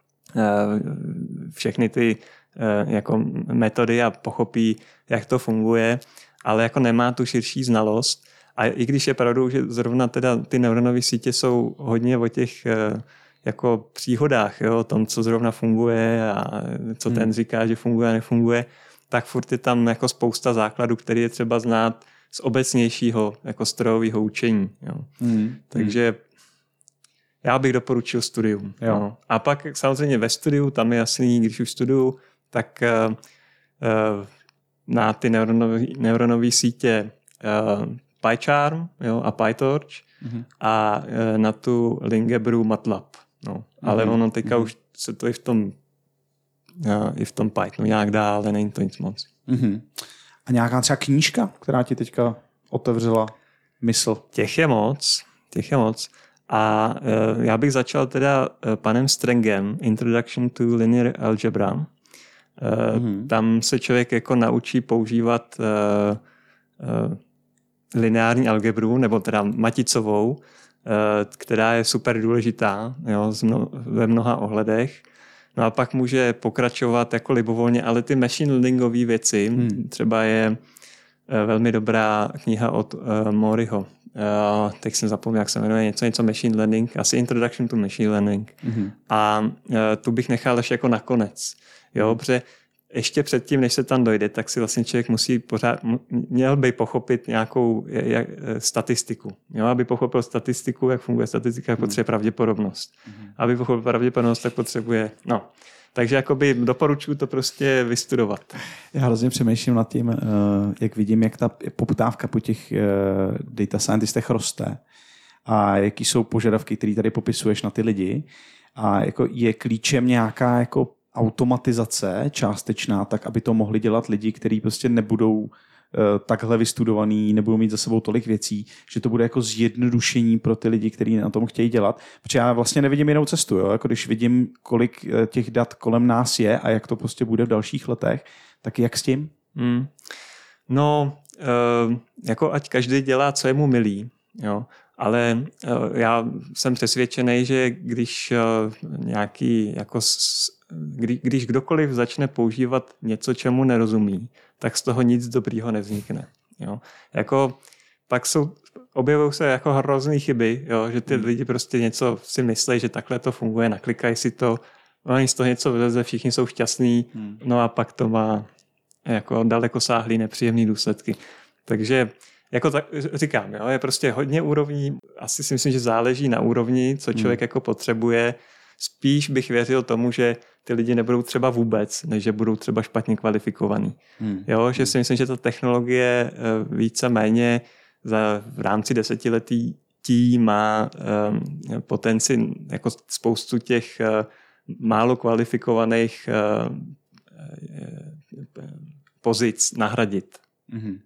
všechny ty jako metody a pochopí, jak to funguje, ale jako nemá tu širší znalost. A i když je pravdou, že zrovna teda ty neuronové sítě jsou hodně o těch jako příhodách, jo, o tom, co zrovna funguje a co ten říká, že funguje a nefunguje, tak furt je tam jako spousta základů, který je třeba znát z obecnějšího jako strojového učení. Jo. Hmm. Takže já bych doporučil studium. Jo. No. A pak samozřejmě ve studiu, tam je jasný, když už studuju, tak uh, uh, na ty neuronové, neuronové sítě uh, PyCharm, jo, a PyTorch mm-hmm. a uh, na tu Lingebru MATLAB. No. Mm-hmm. Ale ono teďka mm-hmm. už se to i v tom uh, i v tom Pythonu nějak dá, ale není to nic moc. Mm-hmm. A nějaká třeba knížka, která ti teďka otevřela mysl? Těch je moc, těch je moc. A uh, já bych začal teda uh, panem Strangem, Introduction to Linear Algebra. Uh, mm-hmm. Tam se člověk jako naučí používat uh, uh, lineární algebru, nebo teda maticovou, uh, která je super důležitá, jo, mno, ve mnoha ohledech. No a pak může pokračovat jako libovolně, ale ty machine learningové věci, hmm. třeba je uh, velmi dobrá kniha od uh, Moriho. Uh, teď jsem zapomněl, jak se jmenuje, něco, něco machine learning, asi Introduction to Machine Learning. Mm-hmm. A uh, tu bych nechal ještě jako nakonec. Jo, protože ještě předtím, než se tam dojde, tak si vlastně člověk musí pořád, měl by pochopit nějakou jak, statistiku. Jo, aby pochopil statistiku, jak funguje statistika, jak potřebuje pravděpodobnost. Mm-hmm. Aby pochopil pravděpodobnost, tak potřebuje, no. Takže jakoby doporučuji to prostě vystudovat. Já hrozně přemýšlím nad tím, jak vidím, jak ta poptávka po těch data scientistech roste a jaký jsou požadavky, které tady popisuješ na ty lidi. A jako je klíčem nějaká jako automatizace částečná, tak aby to mohli dělat lidi, kteří prostě nebudou takhle vystudovaný, nebudou mít za sebou tolik věcí, že to bude jako zjednodušení pro ty lidi, kteří na tom chtějí dělat. Protože já vlastně nevidím jinou cestu. Jo? Jako když vidím, kolik těch dat kolem nás je a jak to prostě bude v dalších letech, tak jak s tím? Hmm. No, jako ať každý dělá, co je mu milý. Jo? Ale já jsem přesvědčený, že když nějaký jako Kdy, když kdokoliv začne používat něco, čemu nerozumí, tak z toho nic dobrýho nevznikne. Jo? Jako, pak jsou, objevují se jako hrozný chyby, jo? Že ty hmm. lidi prostě něco si myslí, že takhle to funguje, naklikají si to, oni z toho něco vyleze, všichni jsou šťastní, hmm. no a pak to má jako dalekosáhlý nepříjemný důsledky. Takže jako tak, říkám, jo? Je prostě hodně úrovní, asi si myslím, že záleží na úrovni, co člověk hmm. jako potřebuje. Spíš bych věřil tomu, že ty lidi nebudou třeba vůbec, než že budou třeba špatně kvalifikovaní. Hmm. Jo, že si myslím, že ta technologie víceméně za, v rámci desetiletí má um, potenci jako spoustu těch uh, málo kvalifikovaných uh, uh, pozic nahradit. Hmm.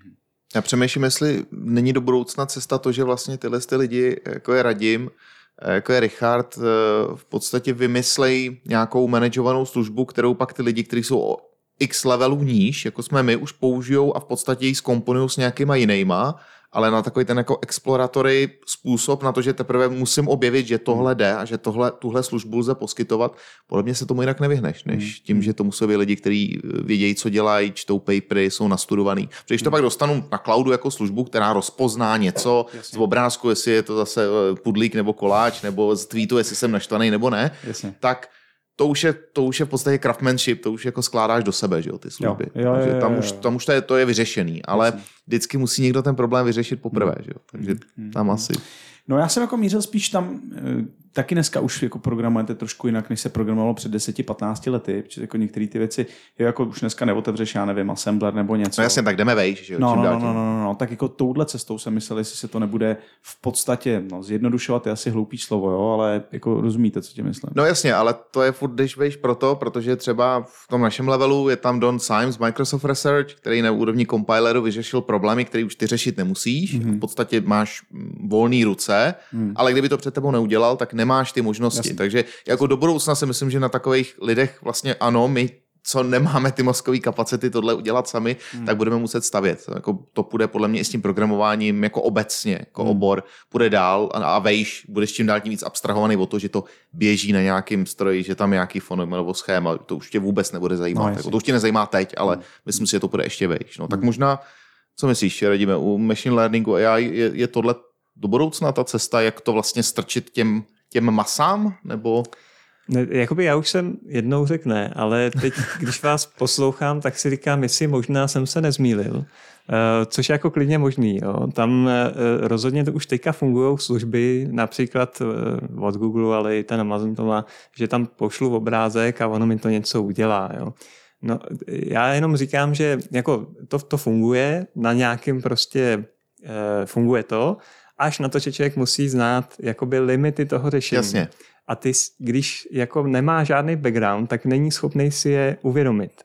Já přemýšlím, jestli není do budoucna cesta to, že vlastně tyhle ty lidi, jako je Radim, jako je Richard, v podstatě vymyslej nějakou manažovanou službu, kterou pak ty lidi, kteří jsou o x levelů níž, jako jsme my, už použijou a v podstatě ji zkomponují s nějakýma jinýma, ale na takový ten jako exploratory způsob na to, že teprve musím objevit, že tohle jde a že tohle, tuhle službu lze poskytovat. Podle mě se tomu jinak nevyhneš, než tím, že to musí být lidi, kteří vědějí, co dělají, čtou papery, jsou nastudovaný. Protože když to pak dostanu na cloudu jako službu, která rozpozná něco z obrázku, jestli je to zase pudlík nebo koláč, nebo z tweetu, jestli jsem naštvaný nebo ne, Jasně. tak to už, je, to už je v podstatě craftsmanship, to už jako skládáš do sebe, že jo, ty služby. Jo, jo, jo, jo, tam už, tam už to, je, to je vyřešený, ale Jasně. vždycky musí někdo ten problém vyřešit poprvé, že jo, takže tam asi... No já jsem jako mířil spíš tam, taky dneska už jako programujete trošku jinak, než se programovalo před deseti patnácti lety, protože jako některé ty věci, jako už dneska neotevřeš, já nevím, assembler nebo něco. No jasně, tak jdeme vejš, že jo. No, no, no, no, no, no, tak jako touhle cestou jsem myslel, jestli se to nebude v podstatě, no zjednodušovat je asi hloupý slovo, jo, ale jako rozumíte, co tím myslím. No jasně, ale to je furt když vejš proto, protože třeba v tom našem levelu je tam Don Symes, Microsoft Research, který na úrovni compileru vyřešil problémy, které už ty řešit nemusíš, mm-hmm. v podstatě máš volné ruce, mm. ale kdyby to před tebou neudělal, tak nemáš ty možnosti. Jasně. Takže jako do budoucna si myslím, že na takových lidech vlastně ano, my co nemáme ty mozkové kapacity tohle udělat sami, hmm. tak budeme muset stavět. Jako to půjde podle mě i s tím programováním jako obecně, jako hmm. obor, půjde dál a, a vejš, budeš čím dál tím víc abstrahovaný o to, že to běží na nějakým stroji, že tam nějaký fonem nebo schéma, to už tě vůbec nebude zajímat. No, jako, to už tě nezajímá teď, ale hmm. myslím si, že to půjde ještě vejš. No, tak hmm. možná, co myslíš, Radíme, u machine learningu A I je, je tohle do budoucna ta cesta, jak to vlastně strčit těm, těm masám, nebo... Ne, jakoby já už jsem jednou řekl ne, ale teď, když vás poslouchám, tak si říkám, jestli možná jsem se nezmýlil, uh, což je jako klidně možný. Jo. Tam uh, rozhodně to už teďka fungují služby, například uh, od Google, ale i ten Amazon to má, že tam pošlu obrázek a ono mi to něco udělá. Jo. No, já jenom říkám, že jako to, to funguje, na nějakým prostě uh, funguje to, až na to, že člověk musí znát jakoby limity toho řešení. Jasně. A ty, když jako nemá žádný background, tak není schopný si je uvědomit.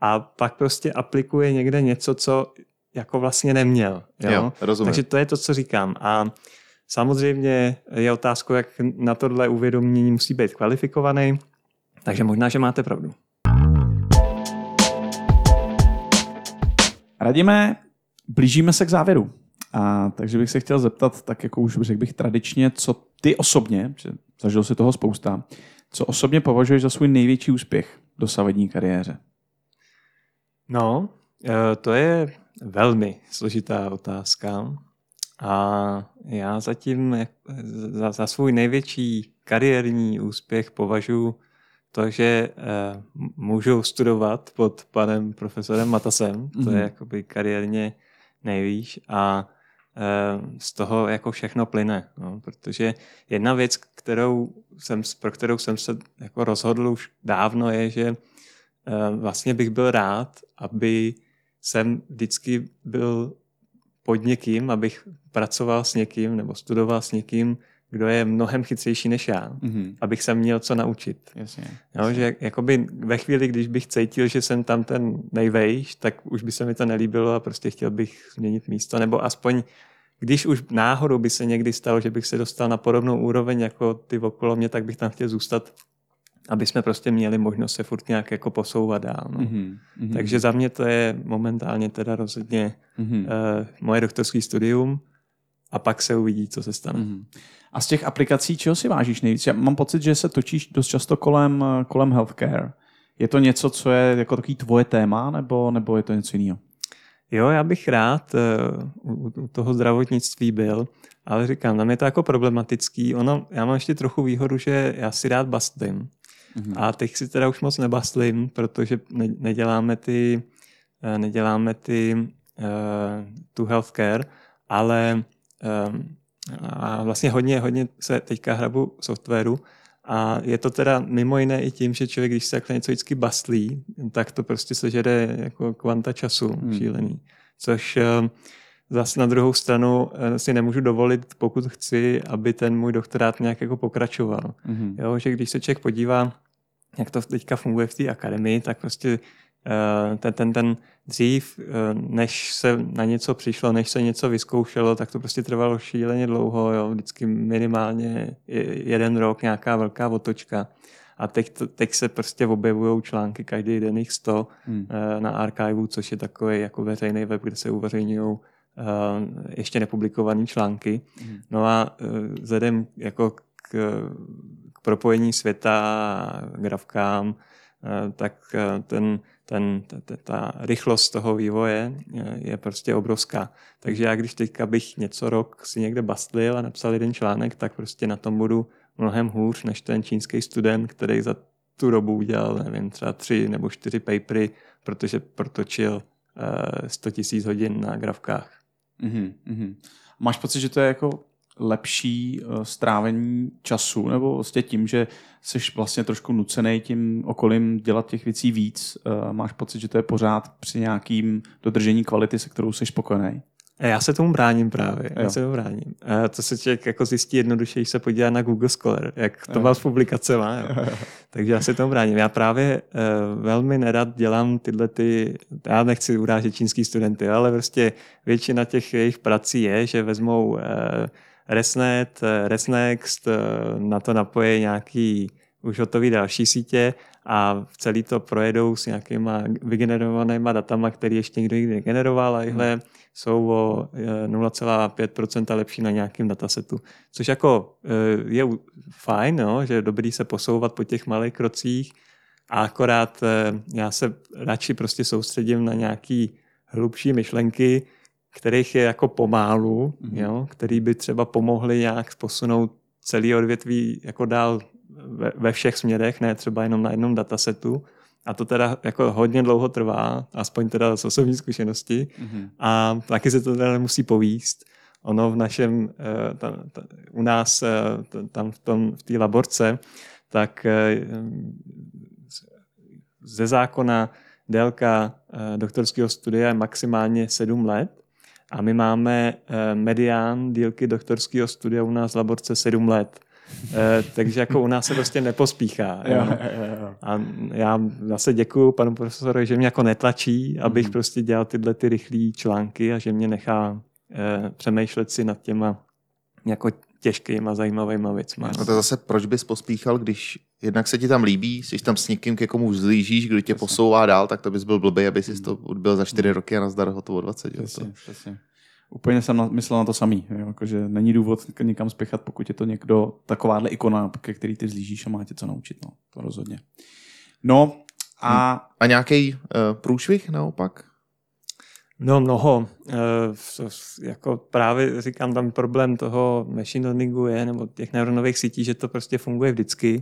a pak prostě aplikuje někde něco, co jako vlastně neměl. Jo? Jo, rozumím. Takže to je to, co říkám. A samozřejmě je otázka, jak na tohle uvědomění musí být kvalifikovaný, takže možná, že máte pravdu. Radíme, blížíme se k závěru. A takže bych se chtěl zeptat, tak jako už řekl bych tradičně, co ty osobně, že zažil si toho spousta, co osobně považuješ za svůj největší úspěch v dosavadní kariéře? No, to je velmi složitá otázka. A já zatím za, za svůj největší kariérní úspěch považuji to, že uh, můžu studovat pod panem profesorem Matasem, mm-hmm. to je jakoby kariérně nejvíc a uh, z toho jako všechno plyne, no, protože jedna věc, kterou jsem, pro kterou jsem se jako rozhodl už dávno je, že uh, vlastně bych byl rád, aby jsem vždycky byl pod někým, abych pracoval s někým nebo studoval s někým, kdo je mnohem chytřejší než já, mm-hmm. abych se měl co naučit. Jasně, jo, jasně. že jakoby ve chvíli, když bych cítil, že jsem tam ten nejvejš, tak už by se mi to nelíbilo a prostě chtěl bych změnit místo, nebo aspoň když už náhodou by se někdy stalo, že bych se dostal na podobnou úroveň jako ty okolo mě, tak bych tam chtěl zůstat, aby jsme prostě měli možnost se furt nějak jako posouvat dál. No. Mm-hmm. Takže za mě to je momentálně teda rozhodně mm-hmm. uh, moje doktorské studium a pak se uvidí, co se stane. Mm-hmm. A z těch aplikací, čeho si vážíš nejvíc? Já mám pocit, že se točíš dost často kolem, kolem healthcare. Je to něco, co je jako takový tvoje téma, nebo, nebo je to něco jiného? Jo, já bych rád uh, u toho zdravotnictví byl, ale říkám, tam je to jako problematický. Ono, já mám ještě trochu výhodu, že já si rád bastlím. Mm-hmm. A teď si teda už moc nebastlím, protože ne, neděláme ty, neděláme ty uh, tu healthcare, ale um, a vlastně hodně, hodně se teďka hrabu softwaru a je to teda mimo jiné i tím, že člověk, když se takhle něco vždycky bastlí, tak to prostě sežere jako kvanta času hmm. šílený. Což uh, zase na druhou stranu uh, si nemůžu dovolit, pokud chci, aby ten můj doktorát nějak jako pokračoval. Hmm. Jo, že když se člověk podívá, jak to teďka funguje v té akademii, tak prostě uh, ten, ten, ten dřív, uh, než se na něco přišlo, než se něco vyzkoušelo, tak to prostě trvalo šíleně dlouho, jo, vždycky minimálně jeden rok, nějaká velká otočka. A teď, to, teď se prostě objevují články, každý den jich sto hmm. uh, na archivu, což je takový jako veřejný web, kde se uveřejňují uh, ještě nepublikované články. Hmm. No a uh, vzhledem jako k k propojení světa, grafkám, tak ten, ten, ta, ta rychlost toho vývoje je prostě obrovská. Takže já když teďka bych něco rok si někde bastlil a napsal jeden článek, tak prostě na tom budu mnohem hůř než ten čínský student, který za tu dobu udělal, nevím, třeba tři nebo čtyři papery, protože protočil sto tisíc hodin na grafkách. Mm-hmm. Máš pocit, že to je jako lepší strávení času, nebo vlastně tím, že jsi vlastně trošku nucený tím okolím dělat těch věcí víc? Máš pocit, že to je pořád při nějakým dodržení kvality, se kterou jsi spokojený? Já se tomu bráním právě. Jo. Já se tomu bráním. A to se člověk jako zjistí jednoduše, když se podívá na Google Scholar, jak to má s publikacema. Jo. Takže já se tomu bráním. Já právě uh, velmi nerad dělám tyhle ty, já nechci urážet čínský studenty, ale prostě většina těch jejich prací je, že vezmou uh, ResNet, ResNext, na to napojí nějaký už hotový další sítě a celý to projedou s nějakýma vygenerovanýma datama, který ještě nikdo nikdy negeneroval a jihle hmm. jsou o nula celá pět procenta lepší na nějakém datasetu. Což jako je fajn, no, že je dobrý se posouvat po těch malých krocích a akorát já se radši prostě soustředím na nějaký hlubší myšlenky, kterých je jako pomálu, mm-hmm. jo, který by třeba pomohli nějak posunout celý odvětví jako dál ve, ve všech směrech, ne třeba jenom na jednom datasetu. A to teda jako hodně dlouho trvá, aspoň teda z osobní zkušenosti. Mm-hmm. A taky se to teda nemusí povíst. Ono v našem, ta, ta, u nás tam v tom v té laborce, tak ze zákona délka doktorského studia je maximálně sedm let. A my máme medián délky doktorského studia u nás v laborce sedm let. Takže jako u nás se prostě nepospíchá. Jo? Jo, jo, jo. A já zase děkuju panu profesorovi, že mě jako netlačí, abych mm. prostě dělal tyhle ty rychlé články a že mě nechá eh, přemýšlet si nad těma jako těžkýma, zajímavýma věcma. A to zase proč bys pospíchal, když jednak se ti tam líbí, jsi tam s někým, ke komu vzlížíš, kdo tě posouvá dál, tak to bys byl blbý, aby jsi to odbyl za čtyři roky a nazdar hotovo dvacet. Přesně, přesně. Úplně jsem na, myslel na to samý, jo, jakože není důvod někam spěchat, pokud je to někdo takováhle ikona, ke který ty vzlížíš a má tě co naučit, no, to rozhodně. No a... Hmm. A nějaký uh, průšvih naopak? No mnoho. E, jako právě říkám, tam problém toho machine learningu je, nebo těch neuronových sítí, že to prostě funguje vždycky.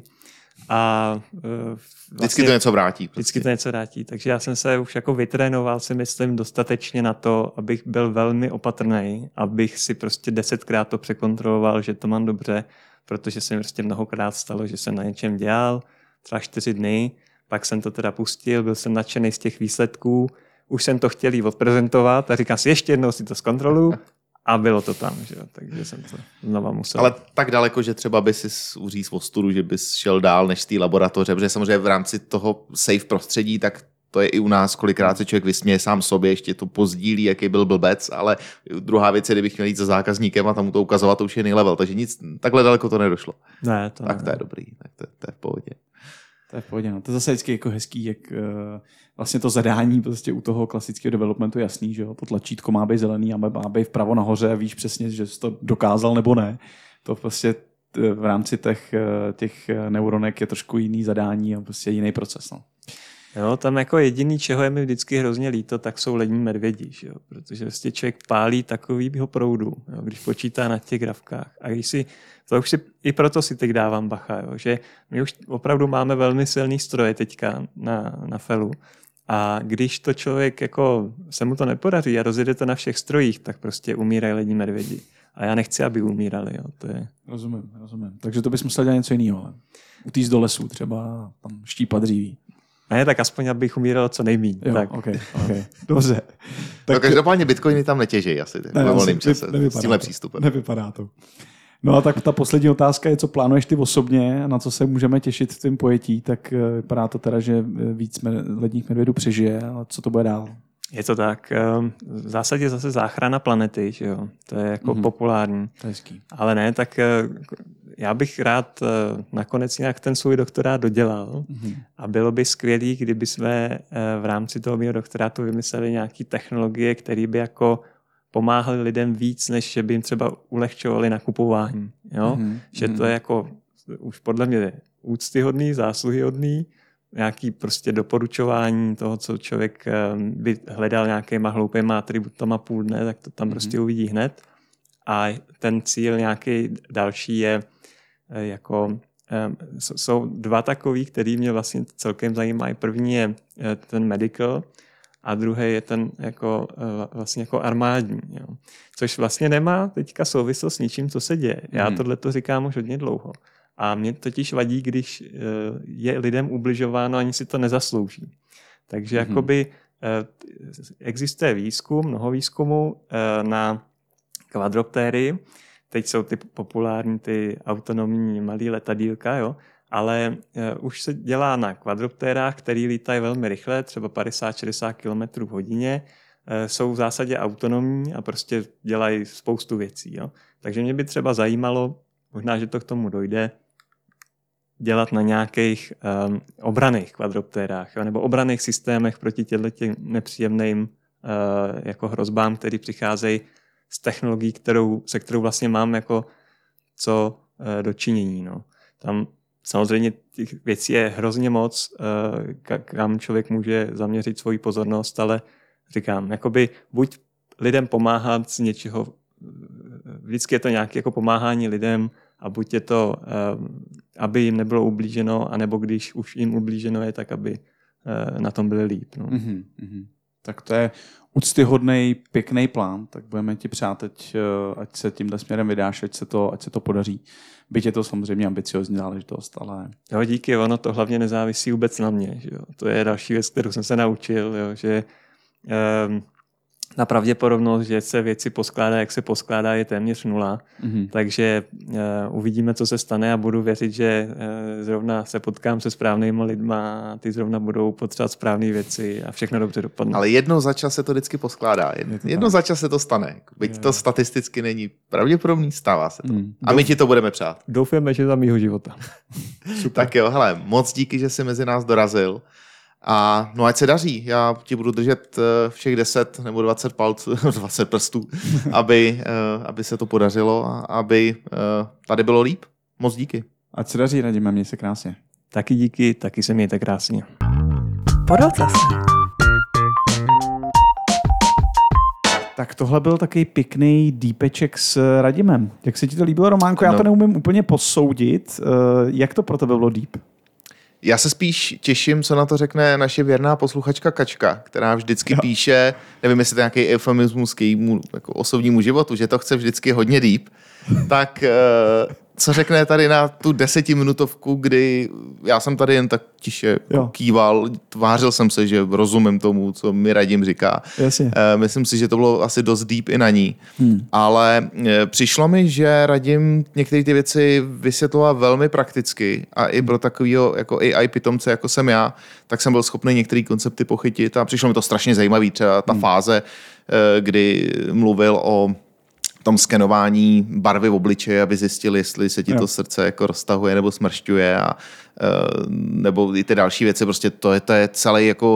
A e, vlastně, vždycky to něco vrátí. Prostě. Vždycky to něco vrátí. Takže já jsem se už jako vytrénoval, si myslím, dostatečně na to, abych byl velmi opatrný, abych si prostě desetkrát to překontroloval, že to mám dobře, protože se mi prostě mnohokrát stalo, že jsem na něčem dělal, třeba čtyři dny, pak jsem to teda pustil, byl jsem nadšený z těch výsledků, už jsem to chtěl jí odprezentovat a říkám si, ještě jednou si to zkontroluju a bylo to tam, že jo? Takže jsem to znova musel. Ale tak daleko, že třeba by si uříz ostudu, že bys šel dál než z té laboratoře, protože samozřejmě v rámci toho safe prostředí, tak to je i u nás, kolikrát se člověk vysměje sám sobě, ještě to pozdílí, jaký byl blbec, ale druhá věc je, kdybych měl jít za zákazníkem a tam mu to ukazovat, to už je nejlevel, takže nic, takhle daleko to nedošlo. Ne, to tak ne. to je dobrý, tak to, to je v pohodě. To je v pohodě, no. To je zase vždycky jako hezký, jak uh, vlastně to zadání prostě u toho klasického developmentu je jasný, že jo, to tlačítko má být zelený a má být vpravo nahoře a víš přesně, že jsi to dokázal nebo ne. To prostě v rámci těch, těch neuronek je trošku jiný zadání a prostě jiný proces, no. Jo, tam jako jediný, čeho je mi vždycky hrozně líto, tak jsou lední medvědi, že jo? Protože vlastně člověk pálí takovýho proudu, jo? Když počítá na těch grafkách. A když si, to už si, i proto si teď dávám bacha, jo? Že my už opravdu máme velmi silný stroje teďka na, na Felu. A když to člověk jako se mu to nepodaří a rozjede to na všech strojích, tak prostě umírají lední medvědi. A já nechci, aby umírali. Jo? To je... Rozumím, rozumím. Takže to bys musel dělat něco jiného. Ale utíct do lesu třeba, tam štípat dříví. Ne, tak aspoň abych umíral co nejméně. Jo, tak. okay, okay. Dobře. Tak... No, každopádně bitcoiny tam netěží asi ne, ve volným čase s tímhle to, přístupem. Nevypadá to. No a tak ta poslední otázka je, co plánuješ ty osobně a na co se můžeme těšit v tom pojetí, tak vypadá to teda, že víc ledních medvědů přežije, ale co to bude dál? Je to tak. V zásadě zase záchrana planety, že jo? To je jako mm-hmm. populární. To je hezký. Ale ne, tak já bych rád nakonec nějak ten svůj doktorát dodělal mm-hmm. a bylo by skvělý, kdyby jsme v rámci toho mého doktorátu vymysleli nějaké technologie, které by jako pomáhaly lidem víc, než že by jim třeba ulehčovali nakupování. Jo? Mm-hmm. Že to je jako už podle mě úctyhodný, zásluhyhodný, nějaký prostě doporučování toho, co člověk by hledal nějakýma hloupýma atributama půl dne, tak to tam mm-hmm. prostě uvidí hned. A ten cíl nějaký další je jako jsou dva takový, který mě vlastně celkem zajímají. První je ten medical a druhý je ten jako vlastně jako armádní. Jo. Což vlastně nemá teďka souvislost s ničím, co se děje. Já mm-hmm. tohle to říkám už hodně dlouho. A mě totiž vadí, když je lidem ubližováno, ani si to nezaslouží. Takže mm-hmm. jakoby existuje výzkum, mnoho výzkumu na kvadroptéry. Teď jsou ty populární, ty autonomní malý letadýlka, jo? Ale už se dělá na kvadroptérách, který lítají velmi rychle, třeba padesát až šedesát kilometrů v hodině. Jsou v zásadě autonomní a prostě dělají spoustu věcí. Jo? Takže mě by třeba zajímalo, možná, že to k tomu dojde, dělat na nějakých um, obranných kvadroptérách, jo? Nebo obranných systémech proti těmto nepříjemným uh, jako hrozbám, které přicházejí z technologií, kterou, se kterou vlastně mám jako co uh, dočinění. No. Tam samozřejmě těch věcí je hrozně moc, uh, kam člověk může zaměřit svoji pozornost, ale říkám, jakoby buď lidem pomáhat z něčeho, vždycky je to nějaké jako pomáhání lidem a buď je to, uh, aby jim nebylo ublíženo, anebo když už jim ublíženo je, tak aby uh, na tom byli líp. No. Mm-hmm, mm-hmm. Tak to je úctyhodný, pěkný plán, tak budeme ti přát teď, ať se tímhle směrem vydáš, ať se to, ať se to podaří. Byť je to samozřejmě ambiciozní záležitost, ale... Jo, díky, ono to hlavně nezávisí vůbec na mě. Že jo? To je další věc, kterou jsem se naučil, jo? Že um, ta pravděpodobnost, že se věci poskládá, jak se poskládá, je téměř nula. Mm-hmm. Takže uh, uvidíme, co se stane a budu věřit, že uh, zrovna se potkám se správnýma lidma a ty zrovna budou potřebovat správné věci a všechno dobře dopadne. Ale jednou za čas se to vždycky poskládá. Jedno, jednou za čas se to stane. Byť to statisticky není pravděpodobný, stává se to. Mm. A my ti to budeme přát. Doufujeme, že za mýho života. Super. Tak jo, hele, moc díky, že jsi mezi nás dorazil. A no ať se daří, já ti budu držet všech deset nebo dvacet palců, dvacet prstů, aby, aby se to podařilo a aby tady bylo líp. Moc díky. Ať se daří, Radime, měj se krásně. Taky díky, taky se mějte krásně. Podvodca se. Tak tohle byl taky pěkný dípeček s Radimem. Jak se ti to líbilo, Románko? Já no. to neumím úplně posoudit. Jak to pro tebe bylo deep? Já se spíš těším, co na to řekne naše věrná posluchačka Kačka, která vždycky jo. píše, nevím, jestli to je nějaký eufemismus k jejímu jako osobnímu životu, že to chce vždycky hodně deep, tak co řekne tady na tu desetiminutovku, kdy já jsem tady jen tak tiše jo. kýval, tvářil jsem se, že rozumím tomu, co mi Radim říká. Jasně. Myslím si, že to bylo asi dost deep i na ní. Hmm. Ale přišlo mi, že Radim některé ty věci vysvětloval velmi prakticky a i pro takového jako A I pitomce, jako jsem já, tak jsem byl schopný některé koncepty pochytit a přišlo mi to strašně zajímavý. Třeba ta hmm. fáze, kdy mluvil o tom skenování barvy v obličeji, aby zjistili, jestli se ti to srdce jako roztahuje nebo smršťuje a nebo i ty další věci. Prostě to je, to je celý jako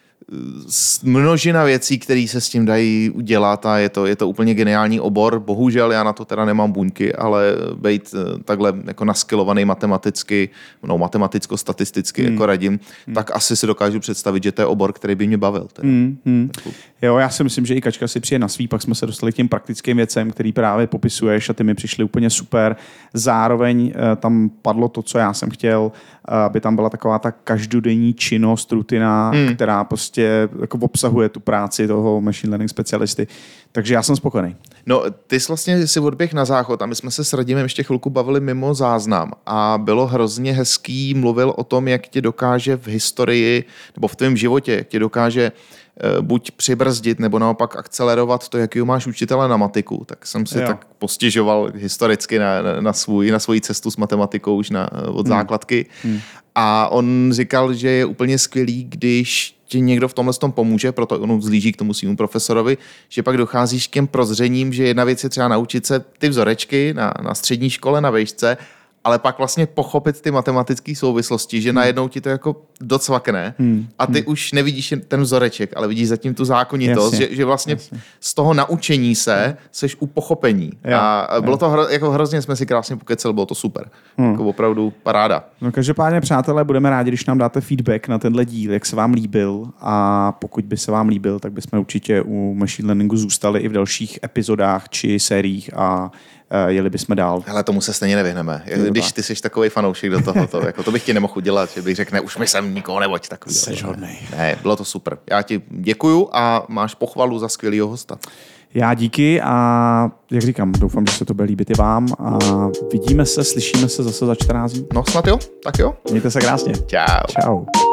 množina věcí, které se s tím dají udělat a je to, je to úplně geniální obor. Bohužel já na to teda nemám buňky, ale být takhle jako naskilovaný matematicky, no matematicko-statisticky hmm. jako Radim, hmm. tak asi si dokážu představit, že to je obor, který by mě bavil. Hmm. Hmm. Jo, já si myslím, že i Kačka si přijde na svý, pak jsme se dostali k těm praktickým věcem, který právě popisuješ a ty mi přišly úplně super. Zároveň tam padlo to, co já jsem chtěl, aby tam byla taková ta každodenní činnost, rutina, hmm. která prostě jako obsahuje tu práci toho machine learning specialisty. Takže já jsem spokojený. No, ty jsi vlastně si odběh na záchod a my jsme se s Radimem ještě chvilku bavili mimo záznam a bylo hrozně hezký, mluvil o tom, jak tě dokáže v historii nebo v tvém životě, jak tě dokáže buď přibrzdit, nebo naopak akcelerovat to, jakýho máš učitele na matiku. Tak jsem si jo. tak postěžoval historicky na, na, svůj, na svoji cestu s matematikou už na, od hmm. základky. Hmm. A on říkal, že je úplně skvělý, když ti někdo v tomhle tom pomůže, proto on zlíží k tomu svému profesorovi, že pak docházíš k těm prozřením, že jedna věc je třeba naučit se ty vzorečky na, na střední škole, na vejšce, ale pak vlastně pochopit ty matematické souvislosti, že hmm. najednou ti to jako docvakne hmm. a ty hmm. už nevidíš ten vzoreček, ale vidíš zatím tu zákonitost, že, že vlastně jasně. z toho naučení se seš u pochopení. Jo, a bylo jo. to hro, jako hrozně jsme si krásně pokeceli, bylo to super. Hmm. Jako opravdu paráda. No každopádně, přátelé, budeme rádi, když nám dáte feedback na tenhle díl, jak se vám líbil a pokud by se vám líbil, tak bychom určitě u machine learningu zůstali i v dalších epizodách či sériích a jeli bychom dál. Hele, tomu se stejně nevyhneme. Když ty jsi takovej fanoušek do toho, to, jako, to bych ti nemohl udělat, že bych řekl, ne, už mi sem nikoho nevoď takový. Jseš hodnej. Ne, bylo to super. Já ti děkuju a máš pochvalu za skvělýho hosta. Já díky a jak říkám, doufám, že se to bude líbit i vám a vidíme se, slyšíme se zase za čtrnáct dní. No snad jo, tak jo. Mějte se krásně. Čau. Čau.